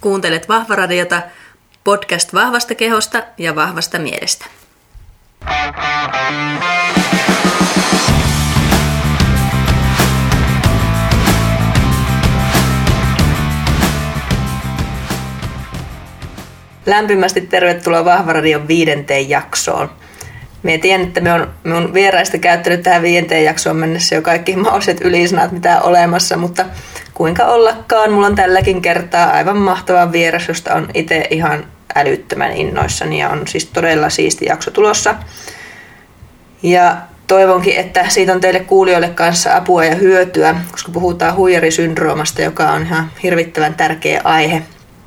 Kuuntelet Vahva-radiota, podcast vahvasta kehosta ja vahvasta mielestä. Lämpimästi tervetuloa Vahva-radion 5. jaksoon. Mie tiedän, että me on vieraista käyttänyt tähän 5. jaksoon mennessä jo kaikki mahdolliset ylisanat, mitä on olemassa, mutta kuinka ollakaan, mulla on tälläkin kertaa aivan mahtava vieras, josta on itse ihan älyttömän innoissani ja on siis todella siisti jakso tulossa. Ja toivonkin, että siitä on teille kuulijoille kanssa apua ja hyötyä, koska puhutaan huijarisyndroomasta, joka on ihan hirvittävän tärkeä aihe.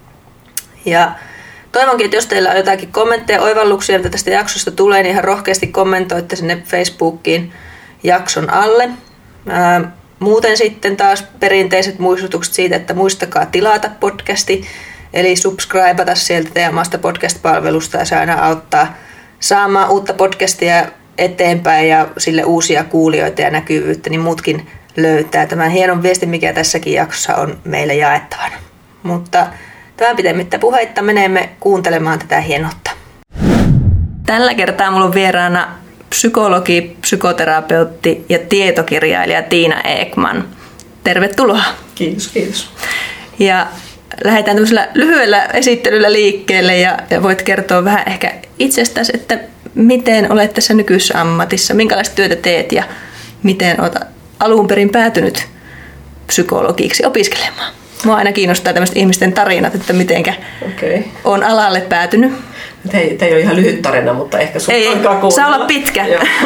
Ja toivonkin, että jos teillä on jotakin kommentteja, oivalluksia, mitä tästä jaksosta tulee, niin ihan rohkeasti kommentoitte sinne Facebookiin jakson alle. Muuten sitten taas perinteiset muistutukset siitä, että muistakaa tilata podcasti, eli subscribeata sieltä teidän omasta podcast-palvelusta ja se aina auttaa saamaan uutta podcastia eteenpäin ja sille uusia kuulijoita ja näkyvyyttä, niin muutkin löytää tämän hienon viestin, mikä tässäkin jaksossa on meille jaettavana. Mutta tämän pitemmittä puheitta menemme kuuntelemaan tätä hienoutta. Tällä kertaa mulla on vieraana psykologi, psykoterapeutti ja tietokirjailija Tiina Ekman. Tervetuloa. Kiitos. Ja lähdetään tämmöisellä lyhyellä esittelyllä liikkeelle ja voit kertoa vähän ehkä itsestäsi, että miten olet tässä nykyisessä ammatissa, minkälaista työtä teet ja miten olet alun perin päätynyt psykologiksi opiskelemaan. Mua aina kiinnostaa tämmöiset ihmisten tarinat, että mitenkä on alalle päätynyt. Tämä ei ole ihan lyhyt tarina, mutta ehkä sun aikaa kuunnella. Saa olla pitkä.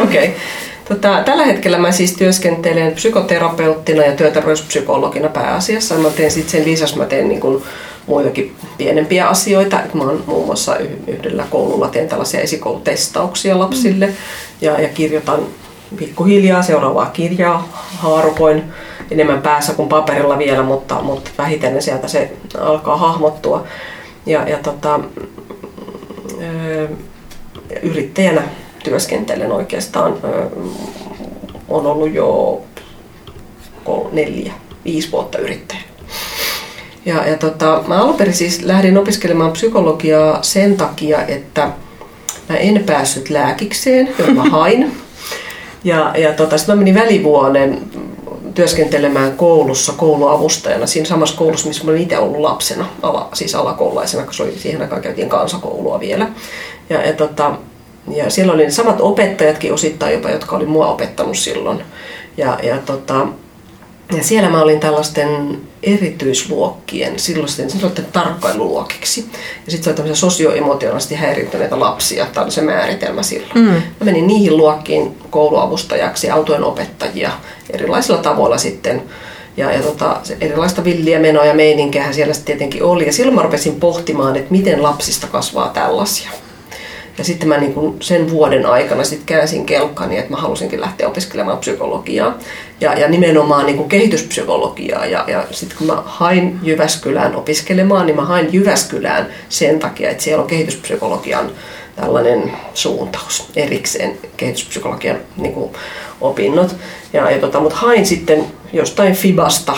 Tällä hetkellä mä siis työskentelen psykoterapeuttina ja työterveyspsykologina pääasiassa. Mä teen sitten sen lisäksi niin kuin muitakin pienempiä asioita. Mä oon muun muassa yhdellä koululla teen tällaisia esikoulutestauksia lapsille ja kirjoitan pikkuhiljaa seuraavaa kirjaa. Haarukoin enemmän päässä kuin paperilla vielä, mutta vähitellen sieltä se alkaa hahmottua. Yrittäjänä työskentelen oikeastaan. On ollut jo 4-5 vuotta yrittäjänä. Mä alun perin siis lähdin opiskelemaan psykologiaa sen takia, että mä en päässyt lääkikseen, jota mä hain. Sitten mä menin välivuoden työskentelemään koulussa kouluavustajana siinä samassa koulussa, missä mä olin itse ollut lapsena, siis alakoululaisena, koska siihen aikaan käytiin kansakoulua vielä. Ja siellä oli ne samat opettajatkin osittain jopa, jotka oli mua opettanut silloin. Ja siellä mä olin tällaisten erityisluokkien, silloin tarkkailuluokiksi. Ja sitten se oli tämmöisiä sosioemotionaalisesti häiriintyneitä lapsia, tämä oli se määritelmä silloin. Mä menin niihin luokkiin kouluavustajaksi, autojen opettajia erilaisilla tavoilla sitten. Erilaista villiä menoa ja meininkiähän siellä tietenkin oli. Ja silloin mä rupesin pohtimaan, että miten lapsista kasvaa tällaisia. Ja sitten mä sen vuoden aikana käänsin kelkkani, että mä halusinkin lähteä opiskelemaan psykologiaa. Ja nimenomaan kehityspsykologiaa. Ja sitten kun mä hain Jyväskylään opiskelemaan, niin mä hain Jyväskylään sen takia, että siellä on kehityspsykologian tällainen suuntaus erikseen, kehityspsykologian opinnot. Mutta hain sitten jostain FIBasta,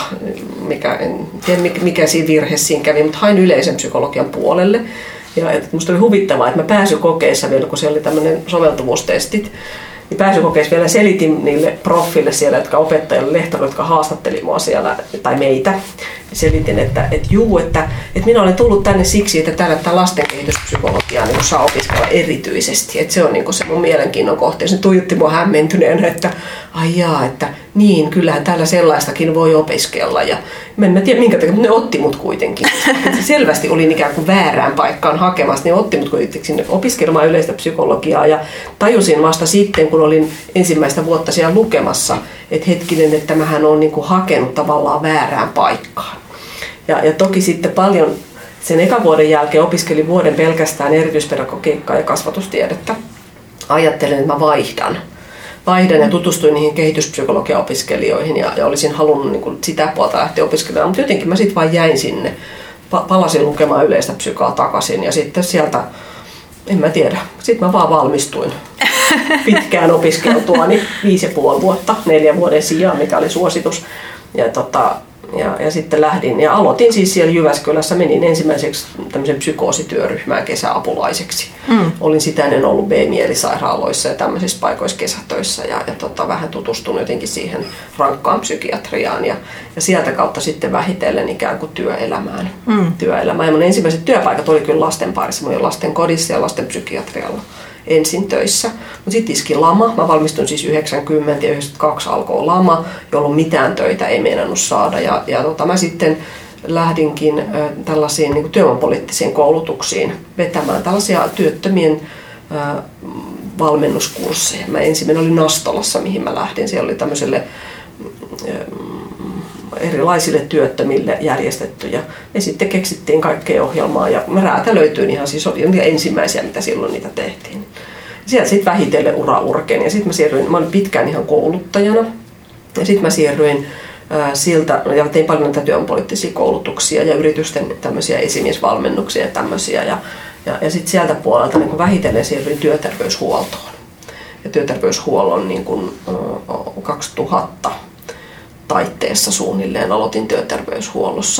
en tiedä mikä siinä virhe siinä kävi, mutta hain yleisen psykologian puolelle. Ja musta oli huvittavaa, että mä pääsykokeissa vielä, kun siellä oli tämmöinen soveltuvuustestit, niin pääsykokeissa vielä selitin niille proffille siellä, jotka opettajille, lehtorille, jotka haastatteli mua siellä, tai meitä. Selitin, että minä olen tullut tänne siksi, että täällä tämä lastenkehityspsykologia saa opiskella erityisesti. Että se on se mun mielenkiinnon kohta. Ja se tuijotti mua hämmentyneenä, että että niin, kyllähän täällä sellaistakin voi opiskella. Ja en tiedä minkä takia, mutta ne otti mut kuitenkin. Se selvästi oli ikään kuin väärään paikkaan hakemassa. Ne otti mut kuitenkin sinne opiskelemaan yleistä psykologiaa. Ja tajusin vasta sitten, kun olin ensimmäistä vuotta siellä lukemassa, että hetkinen, että mähän olen hakenut tavallaan väärään paikkaan. Ja toki sitten paljon sen ekan vuoden jälkeen opiskelin vuoden pelkästään erityispedagogiikkaa ja kasvatustiedettä. Ajattelin, että mä vaihdan ja tutustuin niihin kehityspsykologia-opiskelijoihin ja olisin halunnut sitä puolta lähteä opiskelemaan, mutta jotenkin mä sitten vaan jäin sinne. Palasin lukemaan yleistä psykaa takaisin ja sitten sieltä, en mä tiedä, sitten mä vaan valmistuin pitkään opiskeltuani 5,5 vuotta, 4 vuoden sijaan, mikä oli suositus. ja sitten lähdin ja aloitin siis siellä Jyväskylässä, menin ensimmäiseksi tämmöisen psykoosityöryhmään kesäapulaiseksi. Olin sitä ennen ollut B-mielisairaaloissa ja tämmöisissä paikoissa kesätöissä ja vähän tutustunut jotenkin siihen rankkaan psykiatriaan ja sieltä kautta sitten vähitellen ikään kuin työelämään. Ja mun ensimmäiset työpaikat oli kyllä lasten parissa, mä olin lasten kodissa ja lasten psykiatrialla ensin töissä. Mutta sitten iski lama. Mä valmistun siis 90 ja 92 alkoi lama, jolloin mitään töitä ei meinannut saada. Mä sitten lähdinkin tällaisiin niin kuin työvoimapoliittisiin koulutuksiin vetämään tällaisia työttömien valmennuskursseja. Mä ensimmäinen oli Nastolassa, mihin mä lähdin. Siellä oli tämmöiselle erilaisille työttömille järjestettyjä. Ja sitten keksittiin kaikkea ohjelmaa ja mä räätälöityin ihan siis ensimmäisiä, mitä silloin niitä tehtiin. Sieltä sitten vähitellen ura urkeni ja sitten mä olin pitkään ihan kouluttajana. Ja sitten mä siirryin siltä ja tein paljon näitä työvoimapoliittisia koulutuksia ja yritysten tämmöisiä esimiesvalmennuksia ja tämmöisiä. Ja sitten sieltä puolelta niin vähitellen siirryin työterveyshuoltoon. Ja työterveyshuollon niin kuin 2000 taitteessa suunnilleen aloitin työterveyshuollossa.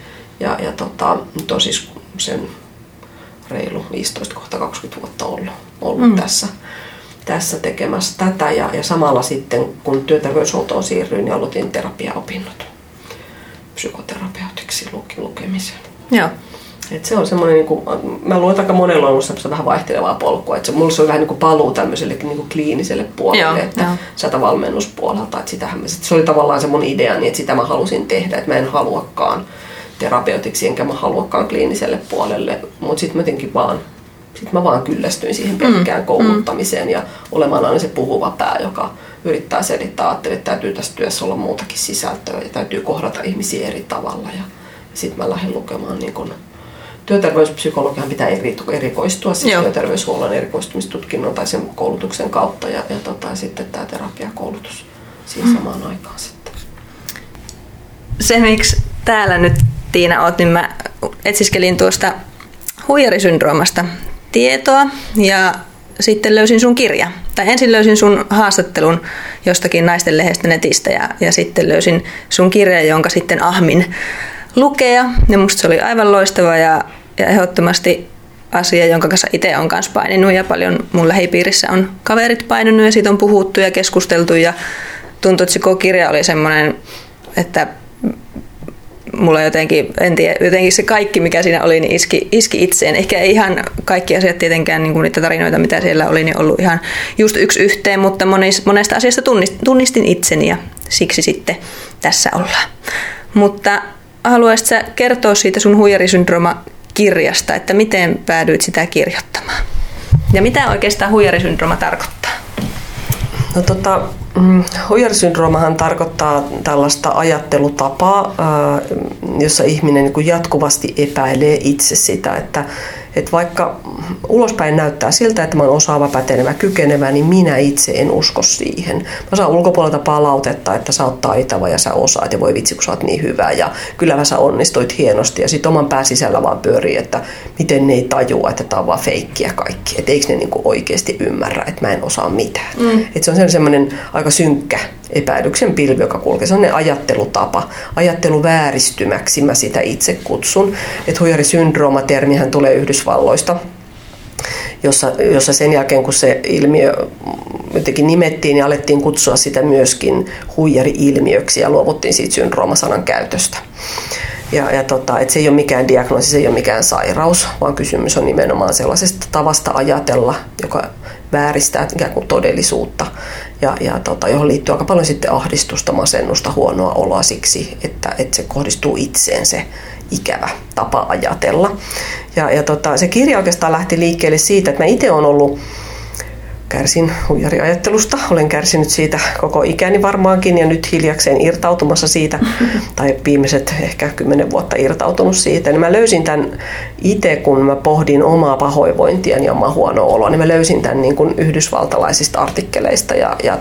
Nyt on siis sen reilu 15-20 vuotta ollut tässä tekemässä tätä. Ja samalla sitten, kun työterveyshuoltoon siirryin, niin aloitin terapiaopinnot psykoterapeutiksi lukemisen. Joo. Et se on semmoinen, niin kuin, mä luulen, että aika monella on ollut semmoista vähän vaihtelevaa polkua. Että mulla se oli vähän niin kuin paluu tämmöiselle niin kuin kliiniselle puolelle, sieltä valmennuspuolelta. Että se oli tavallaan se mun ideani, että sitä mä halusin tehdä. Että mä en haluakaan terapeutiksi, enkä mä haluakaan kliiniselle puolelle. Mutta sitten mä vaan kyllästyin siihen pelkkään kouluttamiseen ja olemaan aina se puhuva pää, joka yrittää selittää, että täytyy tässä työssä olla muutakin sisältöä ja täytyy kohdata ihmisiä eri tavalla. Ja sitten mä lähdin lukemaan niin kun työterveyspsykologian pitää erikoistua, siis työterveyshuollon erikoistumistutkinnon tai sen koulutuksen kautta ja sitten tämä terapiakoulutus siinä samaan aikaan sitten. Se, miksi täällä nyt Tiina oot, niin mä etsiskelin tuosta huijarisyndroomasta tietoa ja sitten löysin sun kirja. Tai ensin löysin sun haastattelun jostakin naistenlehdestä netistä ja sitten löysin sun kirja, jonka sitten ahmin lukea. Ja musta se oli aivan loistava ja ehdottomasti asia, jonka kanssa itse olen kanssa paininut ja paljon mun lähipiirissä on kaverit paininut ja siitä on puhuttu ja keskusteltu ja tuntui, että se kirja oli semmoinen, että mulla jotenkin, en tiedä, jotenkin se kaikki mikä siinä oli, niin iski itseen. Ehkä ei ihan kaikki asiat tietenkään, niin kuin niitä tarinoita mitä siellä oli, niin ollut ihan just yksi yhteen, mutta monesta asiasta tunnistin itseni ja siksi sitten tässä ollaan. Mutta haluaisit sä kertoa siitä sun huijarisyndrooma-kirjasta, että miten päädyit sitä kirjoittamaan? Ja mitä oikeastaan huijarisyndrooma tarkoittaa? No huijarisyndroomahan tarkoittaa tällaista ajattelutapaa, jossa ihminen niin kuin jatkuvasti epäilee itse sitä, että vaikka ulospäin näyttää siltä, että mä oon osaava, pätenevä, kykenevä, niin minä itse en usko siihen. Mä saan ulkopuolelta palautetta, että sä oot taitava ja sä osaat ja voi vitsi, kun sä oot niin hyvä ja kyllä sä onnistuit hienosti. Ja sit oman pään sisällä vaan pyörii, että miten ne ei tajua, että tää on vaan feikkiä kaikki. Että eikö ne niinku oikeasti ymmärrä, että mä en osaa mitään. Että se on semmoinen aika synkkä epäilyksen pilvi, joka kulkee. Se on ne ajattelutapa, ajatteluvääristymäksi mä sitä itse kutsun. Että huijarisyndrooma-termihän tulee Yhdysvalloista, jossa sen jälkeen kun se ilmiö jotenkin nimettiin, niin alettiin kutsua sitä myöskin huijari-ilmiöksi ja luovuttiin siitä syndroomasanan käytöstä. Että se ei ole mikään diagnoosi, se ei ole mikään sairaus, vaan kysymys on nimenomaan sellaisesta tavasta ajatella, joka vääristää ikään kuin todellisuutta, johon liittyy aika paljon sitten ahdistusta, masennusta, huonoa oloa siksi, että se kohdistuu itseen se ikävä tapa ajatella. Se kirja oikeastaan lähti liikkeelle siitä, että mä itse olen kärsin huijariajattelusta. Olen kärsinyt siitä koko ikäni varmaankin ja nyt hiljakseen irtautumassa siitä, tai viimeiset ehkä 10 vuotta irtautunut siitä. Niin mä löysin tämän itse, kun mä pohdin omaa pahoinvointiani ja omaa huonoa oloa, niin mä löysin tämän niin kuin yhdysvaltalaisista artikkeleista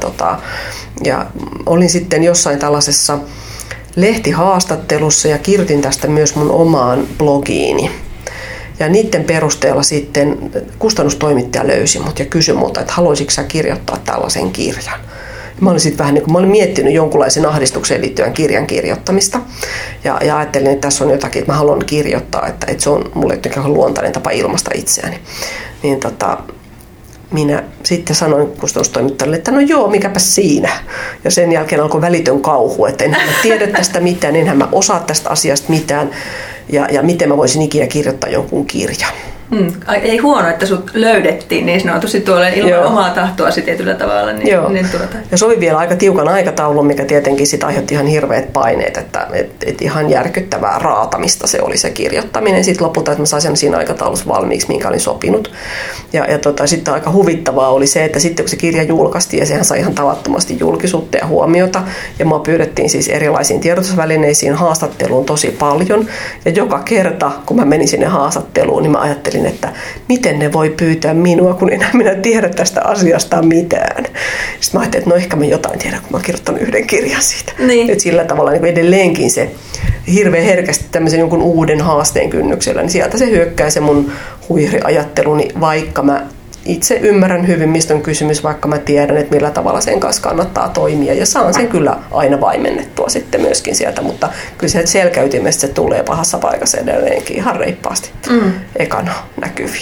ja olin sitten jossain tällaisessa lehtihaastattelussa ja kirjoitin tästä myös mun omaan blogiini. Ja niiden perusteella sitten kustannustoimittaja löysi mut ja kysyi multa, että haluaisitko sä kirjoittaa tällaisen kirjan. Mä olin sitten vähän niin kuin, mä olin miettinyt jonkunlaisen ahdistukseen liittyen kirjan kirjoittamista. Ja ajattelin, että tässä on jotakin, että mä haluan kirjoittaa, että se on mulle jotenkin luontainen tapa ilmaista itseäni. Niin minä sitten sanoin kustannustoimittajalle, että no joo, mikäpä siinä. Ja sen jälkeen alkoi välitön kauhu, että enhän mä tiedä tästä mitään, enhän mä osaa tästä asiasta mitään. Ja miten mä voisin ikinä kirjoittaa jonkun kirjan. Ei huono, että sut löydettiin niin sanotusti tuolle ilman omaa tahtoasi tietyllä tavalla. Ja se oli vielä aika tiukan aikataulun, mikä tietenkin sit aiheutti ihan hirveät paineet, että ihan järkyttävää raatamista se oli se kirjoittaminen. Sitten lopulta, että mä sain sen siinä aikataulussa valmiiksi, minkä olin sopinut. Ja sitten aika huvittavaa oli se, että sitten kun se kirja julkaistiin, ja sehän sai ihan tavattomasti julkisuutta ja huomiota, ja mua pyydettiin siis erilaisiin tiedotusvälineisiin haastatteluun tosi paljon. Ja joka kerta, kun mä menin sinne haastatteluun, niin mä ajattelin, että miten ne voi pyytää minua, kun enää minä tiedä tästä asiasta mitään. Sitten mä ajattelin, että no ehkä mä jotain tiedän, kun mä oon kirjoittanut yhden kirjan siitä. Niin. Että sillä tavalla niin edelleenkin se hirveän herkästi tämmöisen jonkun uuden haasteen kynnyksellä, niin sieltä se hyökkää se mun huijariajatteluni, vaikka mä itse ymmärrän hyvin, mistä on kysymys, vaikka mä tiedän, että millä tavalla sen kanssa kannattaa toimia. Ja saan sen kyllä aina vaimennettua sitten myöskin sieltä, mutta kyllä se selkäytimestä se tulee pahassa paikassa edelleenkin ihan reippaasti ekana näkyviin.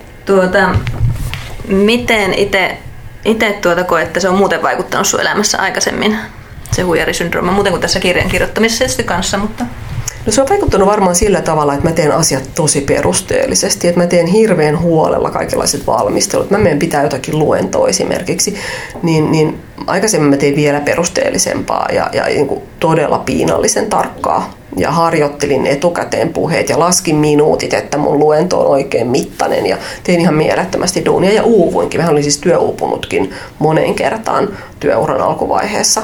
Miten itse koet, että se on muuten vaikuttanut sun elämässä aikaisemmin, se huijarisyndrooma, muuten kuin tässä kirjan kirjoittamisessa tietysti kanssa, mutta... No se on vaikuttanut varmaan sillä tavalla, että mä teen asiat tosi perusteellisesti, että mä teen hirveän huolella kaikenlaiset valmistelut. Mä menen pitää jotakin luentoa esimerkiksi, niin aikaisemmin mä tein vielä perusteellisempaa ja niin kuin todella piinallisen tarkkaa. Ja harjoittelin etukäteen puheet ja laskin minuutit, että mun luento on oikein mittainen ja tein ihan mielettömästi duunia ja uuvuinkin. Mä olin siis työuupunutkin moneen kertaan työuran alkuvaiheessa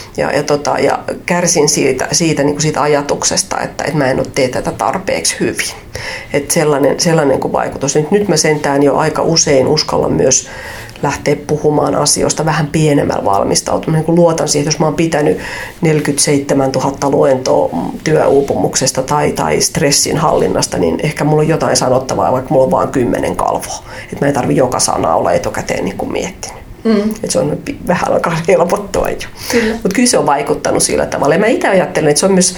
ja kärsin siitä, niin kuin siitä ajatuksesta, että mä en ole tee tätä tarpeeksi hyvin. Että sellainen kuin vaikutus. Nyt mä sentään jo aika usein uskallan myös lähteä puhumaan asioista vähän pienemmällä valmistautuminen, kun luotan siihen, jos mä oon pitänyt 47 000 luentoa työuupumuksesta tai stressin hallinnasta, niin ehkä mulla on jotain sanottavaa, vaikka mulla on vaan 10 kalvoa. Että mä ei tarvitse joka sanaa olla etukäteen niin kuin miettinyt. Että se on vähän alkaa helpottua jo. Mutta kyllä se on vaikuttanut sillä tavalla. Ja mä itse ajattelen, että se on myös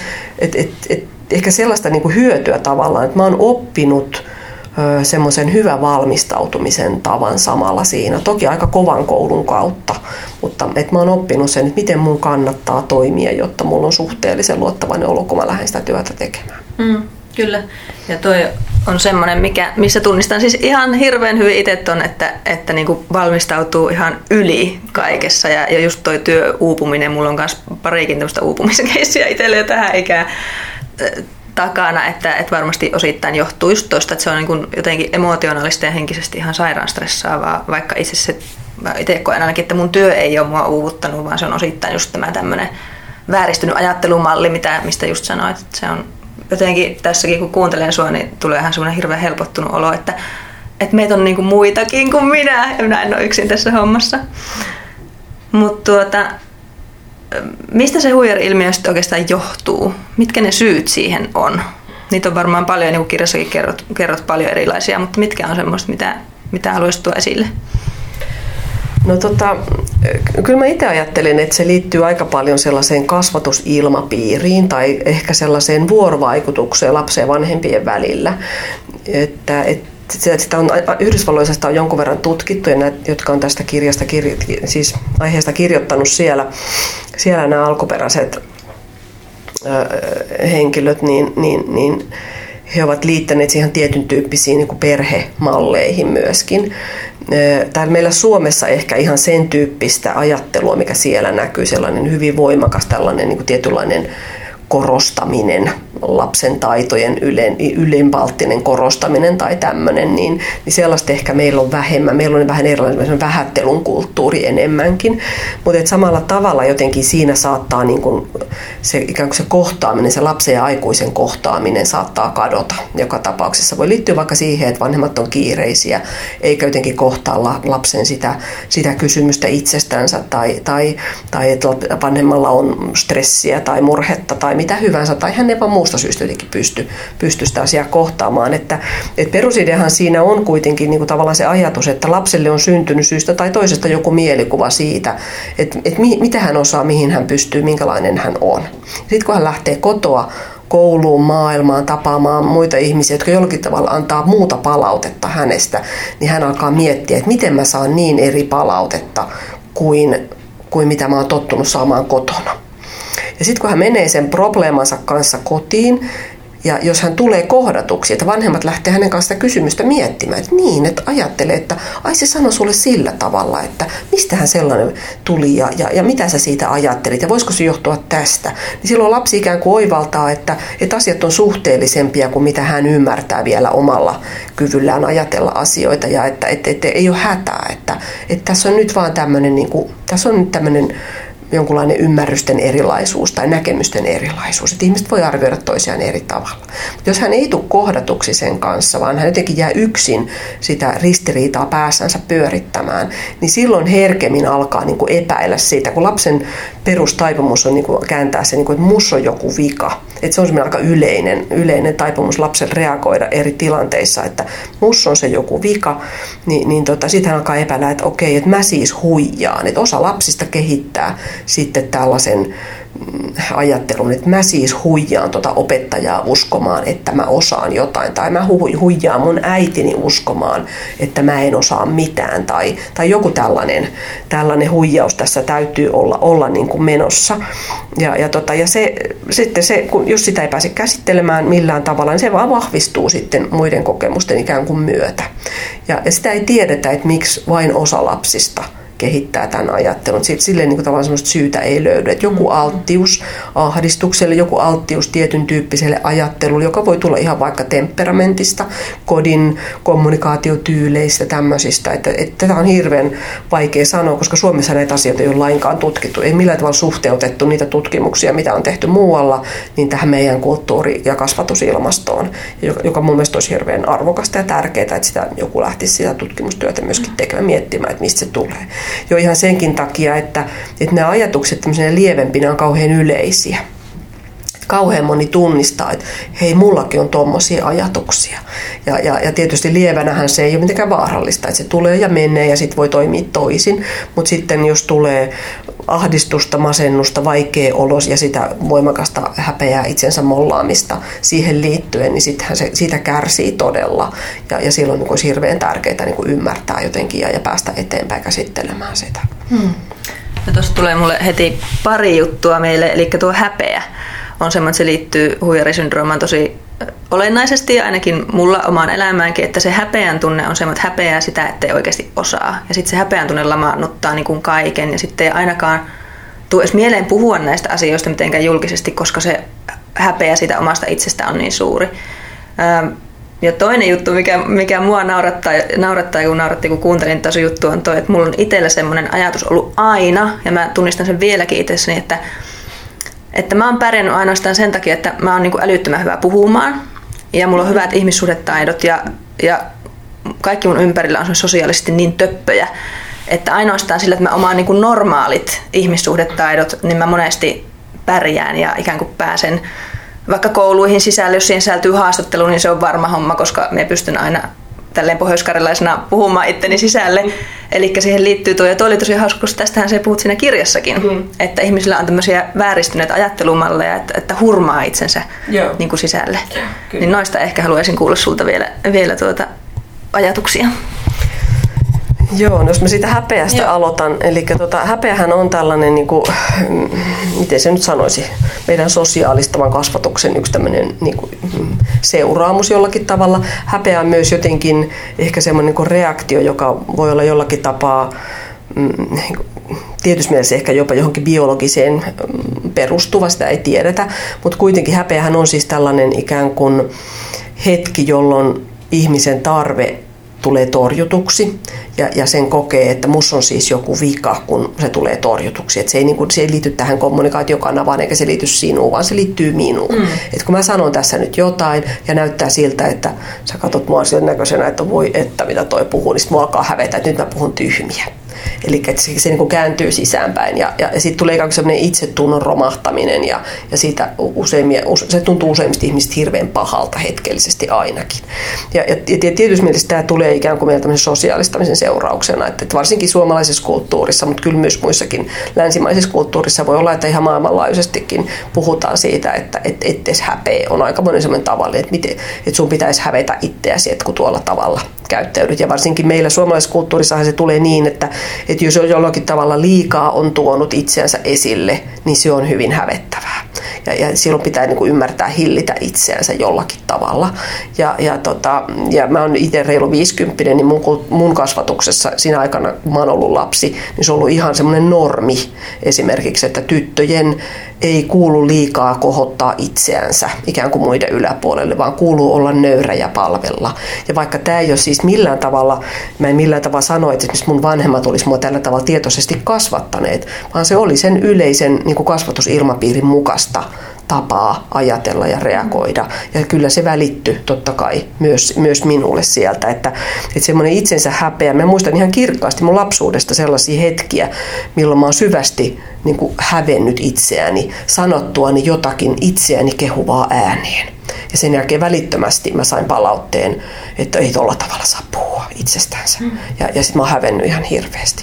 ehkä sellaista niin kuin hyötyä tavallaan, että mä oon oppinut semmoisen hyvän valmistautumisen tavan samalla siinä. Toki aika kovan koulun kautta, mutta että mä oon oppinut sen, että miten mun kannattaa toimia, jotta mulla on suhteellisen luottavainen olo, kun mä lähden sitä työtä tekemään. Kyllä. Ja toi on semmoinen, missä tunnistan siis ihan hirveän hyvin itse ton, että niinku valmistautuu ihan yli kaikessa. Ja just toi työuupuminen, mulla on myös parikin tämmöistä uupumiskeissiä itselle jo tähän ikään takana, että varmasti osittain johtuu just tuosta, että se on niin kuin jotenkin emotionaalisesti ja henkisesti ihan sairaan stressaavaa, vaikka itse koen ainakin, että mun työ ei ole mua uuvuttanut, vaan se on osittain just tämä tämmöinen vääristynyt ajattelumalli, mistä just sanoit, että se on jotenkin tässäkin, kun kuuntelen sua, niin tulee ihan semmoinen hirveän helpottunut olo, että meitä on niin kuin muitakin kuin minä, ja minä en ole yksin tässä hommassa. Mutta mistä se huijari-ilmiö sitten oikeastaan johtuu? Mitkä ne syyt siihen on? Niitä on varmaan paljon, niin kuin kirjassakin kerrot paljon erilaisia, mutta mitkä on semmoista, mitä haluaisit tuoda esille? No kyllä mä itse ajattelen, että se liittyy aika paljon sellaiseen kasvatusilmapiiriin tai ehkä sellaiseen vuorovaikutukseen lapsen ja vanhempien välillä. Sitä on, Yhdysvalloissa on jonkun verran tutkittu, ja nämä, jotka on tästä kirjasta, siis aiheesta kirjoittanut siellä nämä alkuperäiset henkilöt, niin he ovat liittäneet siihen tietyn tyyppisiin niin kuin perhemalleihin myöskin. Täällä meillä Suomessa ehkä ihan sen tyyppistä ajattelua, mikä siellä näkyy, sellainen hyvin voimakas tällainen niin kuin tietynlainen korostaminen, lapsen taitojen ylenpalttinen korostaminen tai tämmöinen, niin sellaista ehkä meillä on vähemmän. Meillä on vähän erilainen vähättelun kulttuuri enemmänkin, mutta samalla tavalla jotenkin siinä saattaa niin kuin se, ikään kuin se kohtaaminen, se lapsen ja aikuisen kohtaaminen saattaa kadota. Joka tapauksessa voi liittyä vaikka siihen, että vanhemmat on kiireisiä, eikä jotenkin kohtaa lapsen sitä kysymystä itsestänsä tai että vanhemmalla on stressiä tai murhetta tai mitä hyvänsä, tai hän ei vaan muusta syystä jotenkin pysty sitä asiaa kohtaamaan. Että perusideahan siinä on kuitenkin niin kuin tavallaan se ajatus, että lapselle on syntynyt syystä tai toisesta joku mielikuva siitä, että mitä hän osaa, mihin hän pystyy, minkälainen hän on. Sitten kun hän lähtee kotoa kouluun, maailmaan, tapaamaan muita ihmisiä, jotka jollakin tavalla antaa muuta palautetta hänestä, niin hän alkaa miettiä, että miten mä saan niin eri palautetta kuin mitä mä oon tottunut saamaan kotona. Ja sitten kun hän menee sen probleemansa kanssa kotiin, ja jos hän tulee kohdatuksi, että vanhemmat lähtee hänen kanssa kysymystä miettimään, että niin, että ajattelee, että ai se sanoi sulle sillä tavalla, että mistähän sellainen tuli ja mitä sä siitä ajattelit ja voisiko se johtua tästä. Niin silloin lapsi ikään kuin oivaltaa, että asiat on suhteellisempia kuin mitä hän ymmärtää vielä omalla kyvyllään ajatella asioita ja että ei ole hätää, että tässä on nyt vaan tämmöinen, niin kuin, tässä on nyt tämmöinen jonkunlainen ymmärrysten erilaisuus tai näkemysten erilaisuus. Että ihmiset voi arvioida toisiaan eri tavalla. Mutta jos hän ei tule kohdatuksi sen kanssa, vaan hän jotenkin jää yksin sitä ristiriitaa päässänsä pyörittämään, niin silloin herkemmin alkaa niin kuin epäillä siitä, kun lapsen perustaipumus on niin kuin kääntää se, niin kuin, että musta on joku vika. Että se on semmoinen aika yleinen taipumus lapsen reagoida eri tilanteissa, että musta on se joku vika, niin sitten hän alkaa epäillä, että okei, että mä siis huijaan. Että osa lapsista kehittää sitten tällaisen ajattelun, että mä siis huijaan opettajaa uskomaan, että mä osaan jotain, tai mä huijaan mun äitini uskomaan, että mä en osaa mitään, tai joku tällainen huijaus tässä täytyy olla niin kuin menossa. Ja sitten jos sitä ei pääse käsittelemään millään tavalla, niin se vaan vahvistuu sitten muiden kokemusten ikään kuin myötä. Ja sitä ei tiedetä, että miksi vain osa lapsista kehittää tämän ajattelun. Silleen niin tavallaan sellaista syytä ei löydy. Että joku alttius ahdistukselle, joku alttius tietyn tyyppiselle ajattelulle, joka voi tulla ihan vaikka temperamentista, kodin kommunikaatiotyyleistä, tämmöisistä. Että tätä on hirveän vaikea sanoa, koska Suomessa näitä asioita ei ole lainkaan tutkittu. Ei millään tavalla suhteutettu niitä tutkimuksia, mitä on tehty muualla, niin tähän meidän kulttuuri- ja kasvatusilmastoon, joka mun mielestä olisi hirveän arvokasta ja tärkeää, että sitä joku lähtisi sitä tutkimustyötä myöskin tekemään, miettimään, että mistä se tulee. Jo ihan senkin takia, että nämä ajatukset tämmöisenä lievempinä on kauhean yleisiä. Kauhean moni tunnistaa, että hei, mullakin on tommosia ajatuksia. Ja tietysti lievänähän se ei ole mitenkään vaarallista, että se tulee ja menee ja sitten voi toimia toisin. Mutta sitten jos tulee ahdistusta, masennusta, vaikea olos ja sitä voimakasta häpeää, itsensä mollaamista siihen liittyen, niin sittenhän se siitä kärsii todella. Ja silloin olisi hirveän tärkeää niin kuin ymmärtää jotenkin ja päästä eteenpäin käsittelemään sitä. Ja tuossa tulee mulle heti pari juttua meille, eli tuo häpeä on semmoinen, että se liittyy huijarisyndroomaan tosi olennaisesti ja ainakin mulla omaan elämäänkin, että se häpeän tunne on semmoinen, että häpeää sitä, ettei oikeasti osaa. Ja sitten se häpeän tunne lamaannuttaa niin kuin kaiken ja sitten ei ainakaan tule edes mieleen puhua näistä asioista mitenkään julkisesti, koska se häpeä sitä omasta itsestä on niin suuri. Ja toinen juttu, mikä mua naurattaa kun kuuntelin tässä juttua, on toi, että mulla on itsellä semmoinen ajatus ollut aina, ja mä tunnistan sen vieläkin itsessäni, että mä oon pärjännyt ainoastaan sen takia, että mä oon niin kuin älyttömän hyvä puhumaan, ja mulla on hyvät ihmissuhdetaidot, ja kaikki mun ympärillä on sosiaalisesti niin töppöjä, että ainoastaan sillä, että mä omaan niin kuin normaalit ihmissuhdetaidot, niin mä monesti pärjään ja ikään kuin pääsen vaikka kouluihin sisälle, jos siihen sisältyy haastattelu, niin se on varma homma, koska me pystyn aina tälleen pohjoiskarjalaisena puhumaan itteni sisälle. Eli siihen liittyy tuo, ja tuo oli tosi hauska, koska tästähän se puhut siinä kirjassakin, että ihmisillä on tämmöisiä vääristyneitä ajattelumalleja, että hurmaa itsensä niin kuin sisälle. Niin noista ehkä haluaisin kuulla sulta vielä ajatuksia. Joo, jos mä siitä häpeästä aloitan. Eli häpeähän on tällainen, niin kuin, miten se nyt sanoisi, meidän sosiaalistavan kasvatuksen yksi tämmöinen niin kuin, seuraamus jollakin tavalla. Häpeä on myös jotenkin ehkä semmoinen niin reaktio, joka voi olla jollakin tapaa tietysti mielessä ehkä jopa johonkin biologiseen perustuva, sitä ei tiedetä, mutta kuitenkin häpeähän on siis tällainen ikään kuin hetki, jolloin ihmisen tarve tulee torjutuksi ja sen kokee, että musta on siis joku vika, kun se tulee torjutuksi. Että se ei liity tähän kommunikaatiokanavaan eikä se liity sinuun, vaan se liittyy minuun. Että kun mä sanon tässä nyt jotain ja näyttää siltä, että sä katsot mua sen näköisenä, että voi, että mitä toi puhuu, niin sit mua alkaa hävetä, että nyt mä puhun tyhmiä. Eli että se niin kuin kääntyy sisäänpäin ja sitten tulee ikään kuin sellainen itsetunnon romahtaminen ja siitä se tuntuu useimmista ihmisistä hirveän pahalta hetkellisesti ainakin. Ja tietysti mielessä tämä tulee ikään kuin meillä tämmöisen sosiaalistamisen seurauksena, että varsinkin suomalaisessa kulttuurissa, mutta kyllä myös muissakin länsimaisissa kulttuurissa voi olla, että ihan maailmanlaajuisestikin puhutaan siitä, että edes häpeä on aika monen sellainen tavallinen, että sun pitäisi hävetä itseäsi, että kun tuolla tavalla käyttäydyt. Ja varsinkin meillä suomalaisessa kulttuurissahan se tulee niin, että jos jollakin tavalla liikaa on tuonut itseänsä esille, niin se on hyvin hävettävää. Ja silloin pitää niin kuin ymmärtää hillitä itseänsä jollakin tavalla. Ja mä oon itse reilu 50, niin mun kasvatuksessa siinä aikana, kun mä oon ollut lapsi, niin se on ollut ihan semmoinen normi esimerkiksi, että tyttöjen ei kuulu liikaa kohottaa itseänsä ikään kuin muiden yläpuolelle, vaan kuuluu olla nöyrä ja palvella. Ja vaikka tämä ei ole siis millään tavalla, mä en millään tavalla sano, että esimerkiksi mun vanhemmat olisi mua tällä tavalla tietoisesti kasvattaneet, vaan se oli sen yleisen niin kuin kasvatusilmapiirin mukaista tapaa ajatella ja reagoida. Ja kyllä se välittyi totta kai myös minulle sieltä, että semmoinen itsensä häpeä. Mä muistan ihan kirkkaasti mun lapsuudesta sellaisia hetkiä, milloin mä oon syvästi niin kuin hävennyt itseäni, sanottuani jotakin itseäni kehuvaa ääneen. Ja sen jälkeen välittömästi mä sain palautteen, että ei tolla tavalla saa puhua itsestänsä. Ja sit mä oon hävennyt ihan hirveästi.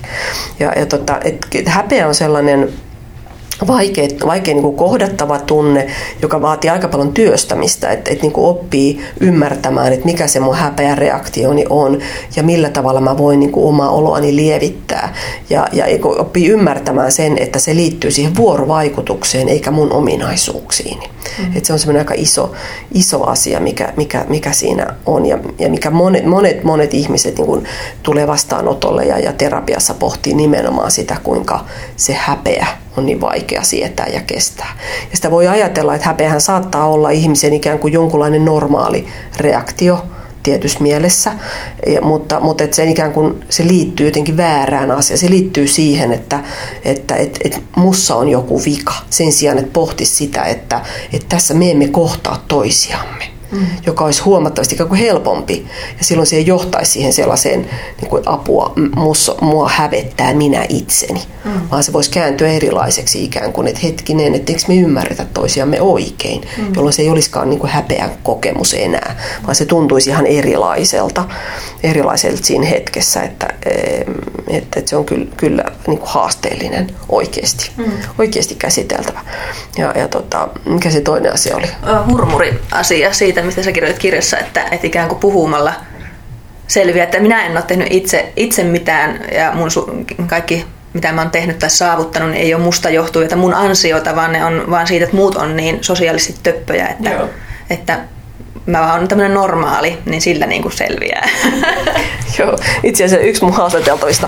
Häpeä on sellainen vaikea niin kuin kohdattava tunne, joka vaatii aika paljon työstämistä, että niin kuin oppii ymmärtämään, että mikä se mun häpeäreaktioni on ja millä tavalla mä voin niin kuin omaa oloani lievittää. Ja oppii ymmärtämään sen, että se liittyy siihen vuorovaikutukseen eikä mun ominaisuuksiini. Että se on semmoinen aika iso asia, mikä siinä on ja mikä monet ihmiset niin kuin tulee vastaanotolle ja terapiassa pohtii nimenomaan sitä, kuinka se häpeä on niin vaikea sietää ja kestää. Ja sitä voi ajatella, että häpeähän saattaa olla ihmisen ikään kuin jonkunlainen normaali reaktio tietyssä mielessä, mutta että se ikään kuin se liittyy jotenkin väärään asiaan. Se liittyy siihen, että mussa on joku vika sen sijaan, että pohtisi sitä, että tässä me emme kohtaa toisiamme. Joka olisi huomattavasti ikään kuin helpompi. Ja silloin se ei johtaisi siihen sellaiseen niin kuin apua, mua hävettää minä itseni. Vaan se voisi kääntyä erilaiseksi ikään kuin, että hetkinen, että eikö me ymmärretä toisiamme oikein. Jolloin se ei olisikaan niin kuin häpeän kokemus enää, vaan se tuntuisi ihan erilaiselta siinä hetkessä, että se on kyllä niin kuin haasteellinen oikeasti käsiteltävä. Mikä se toinen asia oli? Hurmuri-asia siitä, mistä sä kirjoitit kirjassa, että ikään kuin puhumalla selviää, että minä en ole tehnyt itse mitään ja kaikki mitä mä oon tehnyt tai saavuttanut, niin ei ole musta johtuvia mun ansioita, vaan ne on vaan siitä, että muut on niin sosiaalisesti töppöjä, että mä oon tämmöinen normaali, niin sillä niin kuin selviää. Joo, itse asiassa yksi mun haastateltavista,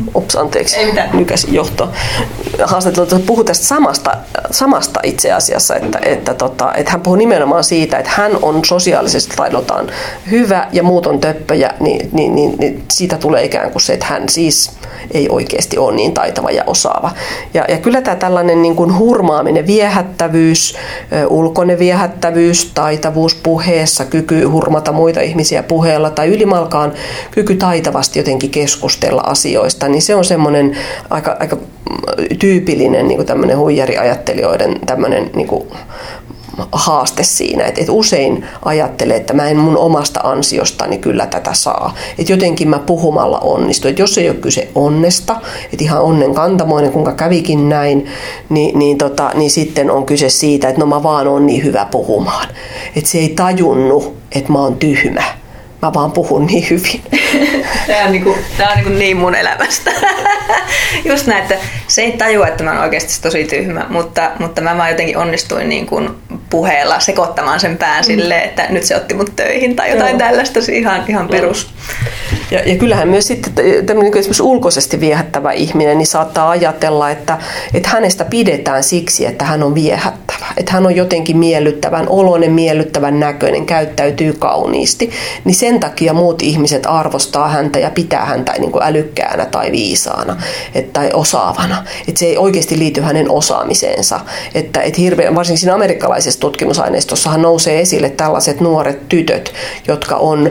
nykäsin johto, haastateltavista puhui tästä samasta itse asiassa, että hän puhuu nimenomaan siitä, että hän on sosiaalisesti taidotaan hyvä ja muut on töppöjä, niin siitä tulee ikään kuin se, että hän siis ei oikeasti ole niin taitava ja osaava. Ja kyllä tämä tällainen niin kuin hurmaaminen, viehättävyys, ulkoinen viehättävyys, taitavuus puheessa, kyky hurmata muita ihmisiä puheella tai ylimalkaan kyky taitavasti jotenkin keskustella asioista, niin se on semmoinen aika tyypillinen niin kuin tämmöinen huijariajattelijoiden tämmöinen niin kuin haaste siinä, että usein ajattelee, että mä en mun omasta ansiostani kyllä tätä saa. Että jotenkin mä puhumalla onnistun. Että jos ei ole kyse onnesta, että ihan onnen kantamoinen, kuinka kävikin näin, niin sitten on kyse siitä, että no mä vaan oon niin hyvä puhumaan. Että se ei tajunnut, että mä oon tyhmä. Mä vaan puhun niin hyvin. Tämä on niin mun elämästä. Just näin, että se ei tajua, että mä oon oikeasti tosi tyhmä, mutta mä vaan jotenkin onnistuin niin kuin puheella sekoittamaan sen pään silleen, että nyt se otti mut töihin tai jotain tällaista, ihan perus. Ja kyllähän myös sitten tämmöinen esimerkiksi ulkoisesti viehättävä ihminen niin saattaa ajatella, että hänestä pidetään siksi, että hän on viehättävä. Että hän on jotenkin miellyttävän oloinen, miellyttävän näköinen, käyttäytyy kauniisti. Niin sen takia muut ihmiset arvostaa häntä ja pitää häntä niin kuin älykkäänä tai viisaana tai osaavana. Että se ei oikeasti liity hänen osaamiseensa. Että varsinkin siinä amerikkalaisessa tutkimusaineistossa nousee esille tällaiset nuoret tytöt, jotka on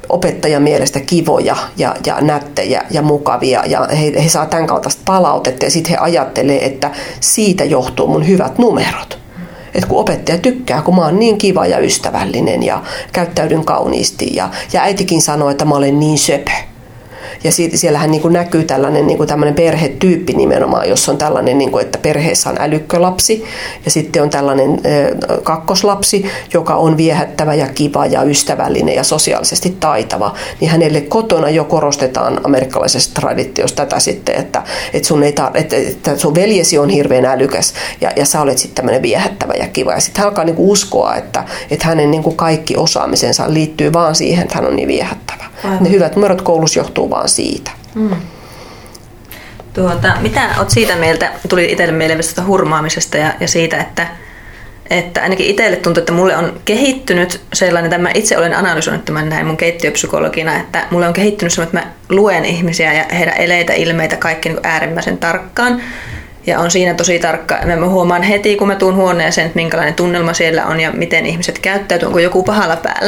opettajan mielestä kivoja ja nättejä ja mukavia ja he saa tämän kaltaista palautetta ja sitten he ajattelee, että siitä johtuu mun hyvät numerot. Että kun opettaja tykkää, kun mä oon niin kiva ja ystävällinen ja käyttäydyn kauniisti ja äitikin sanoo, että mä olen niin söpö. Ja siellähän niin kuin näkyy tällainen niin kuin tämmöinen perhetyyppi nimenomaan, jossa on tällainen, niin kuin, että perheessä on älykkölapsi ja sitten on tällainen kakkoslapsi, joka on viehättävä ja kiva ja ystävällinen ja sosiaalisesti taitava. Niin hänelle kotona jo korostetaan amerikkalaisessa traditiossa tätä sitten, että sun veljesi on hirveän älykäs ja sä olet sitten tämmöinen viehättävä ja kiva. Ja sitten hän alkaa niin kuin uskoa, että hänen niin kuin kaikki osaamisensa liittyy vaan siihen, että hän on niin viehättävä. Ne hyvät numerot koulussa johtuu vaan siitä. Mitä olet siitä mieltä, tuli itselle mieleen hurmaamisesta ja siitä, että ainakin itselle tuntuu, että mulle on kehittynyt sellainen, että mä itse olen analysoinut tämän näin mun keittiöpsykologina, että mulle on kehittynyt sellainen, että mä luen ihmisiä ja heidän eleitä, ilmeitä, kaikki niin kuin äärimmäisen tarkkaan. Ja on siinä tosi tarkka. Mä huomaan heti, kun mä tuun huoneeseen, että minkälainen tunnelma siellä on ja miten ihmiset käyttäytyy, onko joku pahalla päällä.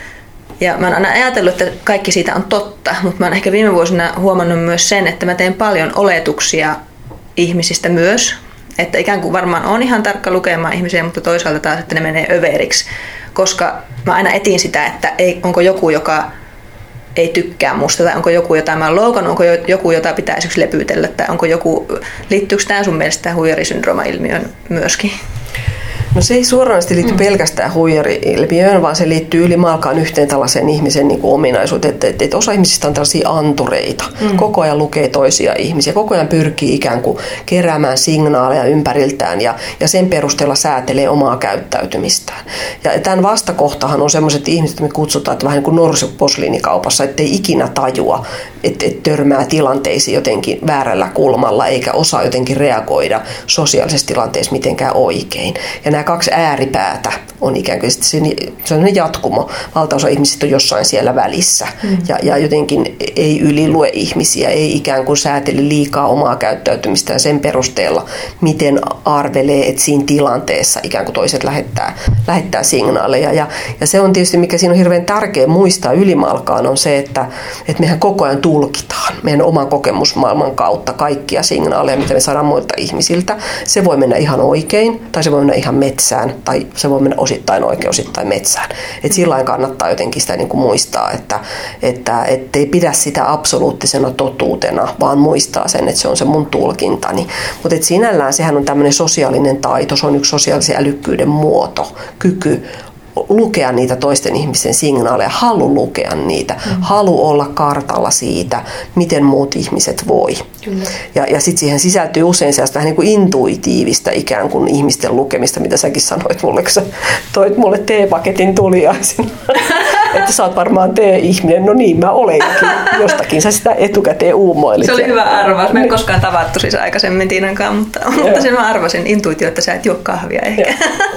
Ja mä oon aina ajatellut, että kaikki siitä on totta, mutta mä oon ehkä viime vuosina huomannut myös sen, että mä teen paljon oletuksia ihmisistä myös. Että ikään kuin varmaan on ihan tarkka lukemaan ihmisiä, mutta toisaalta taas, että ne menee överiksi. Koska mä aina etin sitä, että onko joku, joka ei tykkää musta, tai onko joku, jota mä oon loukannut, onko joku, jota pitäisi lepytellä, tai onko joku, liittyykö tämä sun mielestä tähän huijarisyndrooma-ilmiöön myöskin? No se ei suoranaisesti liity pelkästään huijari-ilmiöön, vaan se liittyy ylimalkaan yhteen tällaiseen ihmisen niin kuin ominaisuuteen. Että osa ihmisistä on tällaisia antureita. Koko ajan lukee toisia ihmisiä. Koko ajan pyrkii ikään kuin keräämään signaaleja ympäriltään ja sen perusteella säätelee omaa käyttäytymistään. Ja tämän vastakohtahan on sellaiset ihmiset, että me kutsutaan, että vähän niin kuin norsuposliinikaupassa, ettei ikinä tajua, että törmää tilanteisiin jotenkin väärällä kulmalla eikä osaa jotenkin reagoida sosiaalisessa tilanteessa mitenkään oikein. Ja nämä kaksi ääripäätä on ikään kuin sellainen jatkumo. Valtaosa ihmisistä on jossain siellä välissä ja jotenkin ei ylilue ihmisiä, ei ikään kuin säätele liikaa omaa käyttäytymistään sen perusteella, miten arvelee, että siinä tilanteessa ikään kuin toiset lähettää signaaleja. Ja se on tietysti, mikä siinä on hirveän tärkeä muistaa ylimalkaan, on se, että mehän koko ajan tulkitaan meidän oman kokemusmaailman kautta kaikkia signaaleja, mitä me saadaan muilta ihmisiltä. Se voi mennä ihan oikein tai se voi mennä ihan metsään tai se voi mennä osittain oikein, osittain metsään. Et sillain kannattaa jotenkin sitä niin kuin muistaa, että ei pidä sitä absoluuttisena totuutena, vaan muistaa sen, että se on se mun tulkintani. Mutta sinällään sehän on tämmöinen sosiaalinen taito, se on yksi sosiaalisen älykkyyden muoto, kyky lukea niitä toisten ihmisten signaaleja, halu lukea niitä, halu olla kartalla siitä, miten muut ihmiset voi. Kyllä. Ja sitten siihen sisältyy usein sellaista vähän niin kuin intuitiivista ikään kuin ihmisten lukemista, mitä säkin sanoit mulle, kun sä toit mulle teepaketin tuliaisina. Että sä oot varmaan tee-ihminen. No niin, mä olenkin. Jostakin sä sitä etukäteen uumoilit. Se oli hyvä arvaus. Mä en koskaan tavattu siis aikaisemmin Tiinankaan, mutta sen mä arvasin intuitio, että sä et juo kahvia ehkä.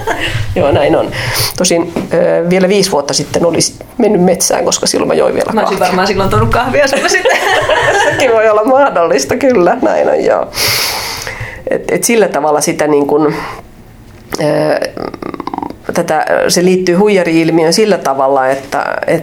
Joo, näin on. Tosin vielä 5 vuotta sitten olisi mennyt metsään, koska silloin mä join vielä kahvia. Mä olisin varmaan silloin tuonut kahvia sulle sitten. Sekin voi olla mahdollista, kyllä. Näin on, joo. Et sillä tavalla sitä niin kuin... se liittyy huijari-ilmiöön sillä tavalla, että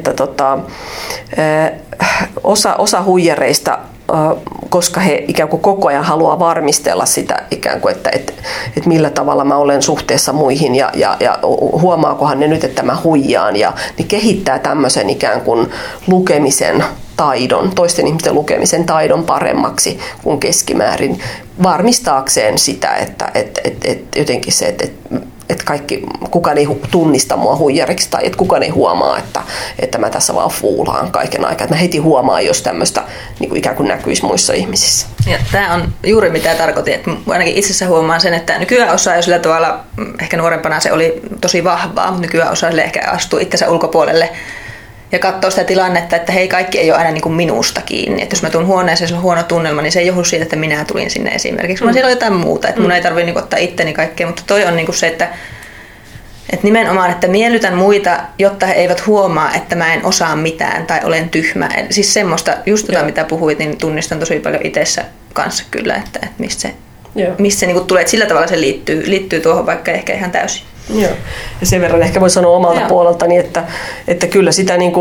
osa huijareista, koska he ikään kuin koko ajan haluaa varmistella sitä ikään kuin, että millä tavalla mä olen suhteessa muihin ja huomaakohan ne nyt, että mä huijaan, niin kehittää tämmöisen ikään kuin lukemisen taidon, toisten ihmisten lukemisen taidon paremmaksi kuin keskimäärin, varmistaakseen sitä, että jotenkin se, että kukaan ei tunnista mua huijariksi tai että kukaan ei huomaa, että mä tässä vaan fuulaan kaiken aikaa. Että mä heti huomaan, jos tämmöistä niin kuin ikään kuin näkyisi muissa ihmisissä. Ja tämä on juuri mitä tarkoitin. Että ainakin itsessä huomaan sen, että nykyään osaa jo sillä tavalla, ehkä nuorempana se oli tosi vahvaa, mutta nykyään osaa ehkä astua itsensä ulkopuolelle ja katsoo sitä tilannetta, että hei, kaikki ei ole aina niin kuin minusta kiinni. Että jos mä tuun huoneeseen ja se on huono tunnelma, niin se ei johdu siitä, että minä tulin sinne esimerkiksi. Vaan siellä on jotain muuta, että mun ei tarvitse niin ottaa itteni kaikkea. Mutta toi on niin kuin se, että nimenomaan, että miellytän muita, jotta he eivät huomaa, että mä en osaa mitään tai olen tyhmä. Siis semmoista, just mitä puhuit, niin tunnistan tosi paljon itsessä kanssa kyllä, että mistä se niin kuin tulee. Että sillä tavalla se liittyy tuohon, vaikka ehkä ihan täysin. Joo. Ja sen verran ehkä voi sanoa omalta puoleltani, että kyllä sitä niin kuin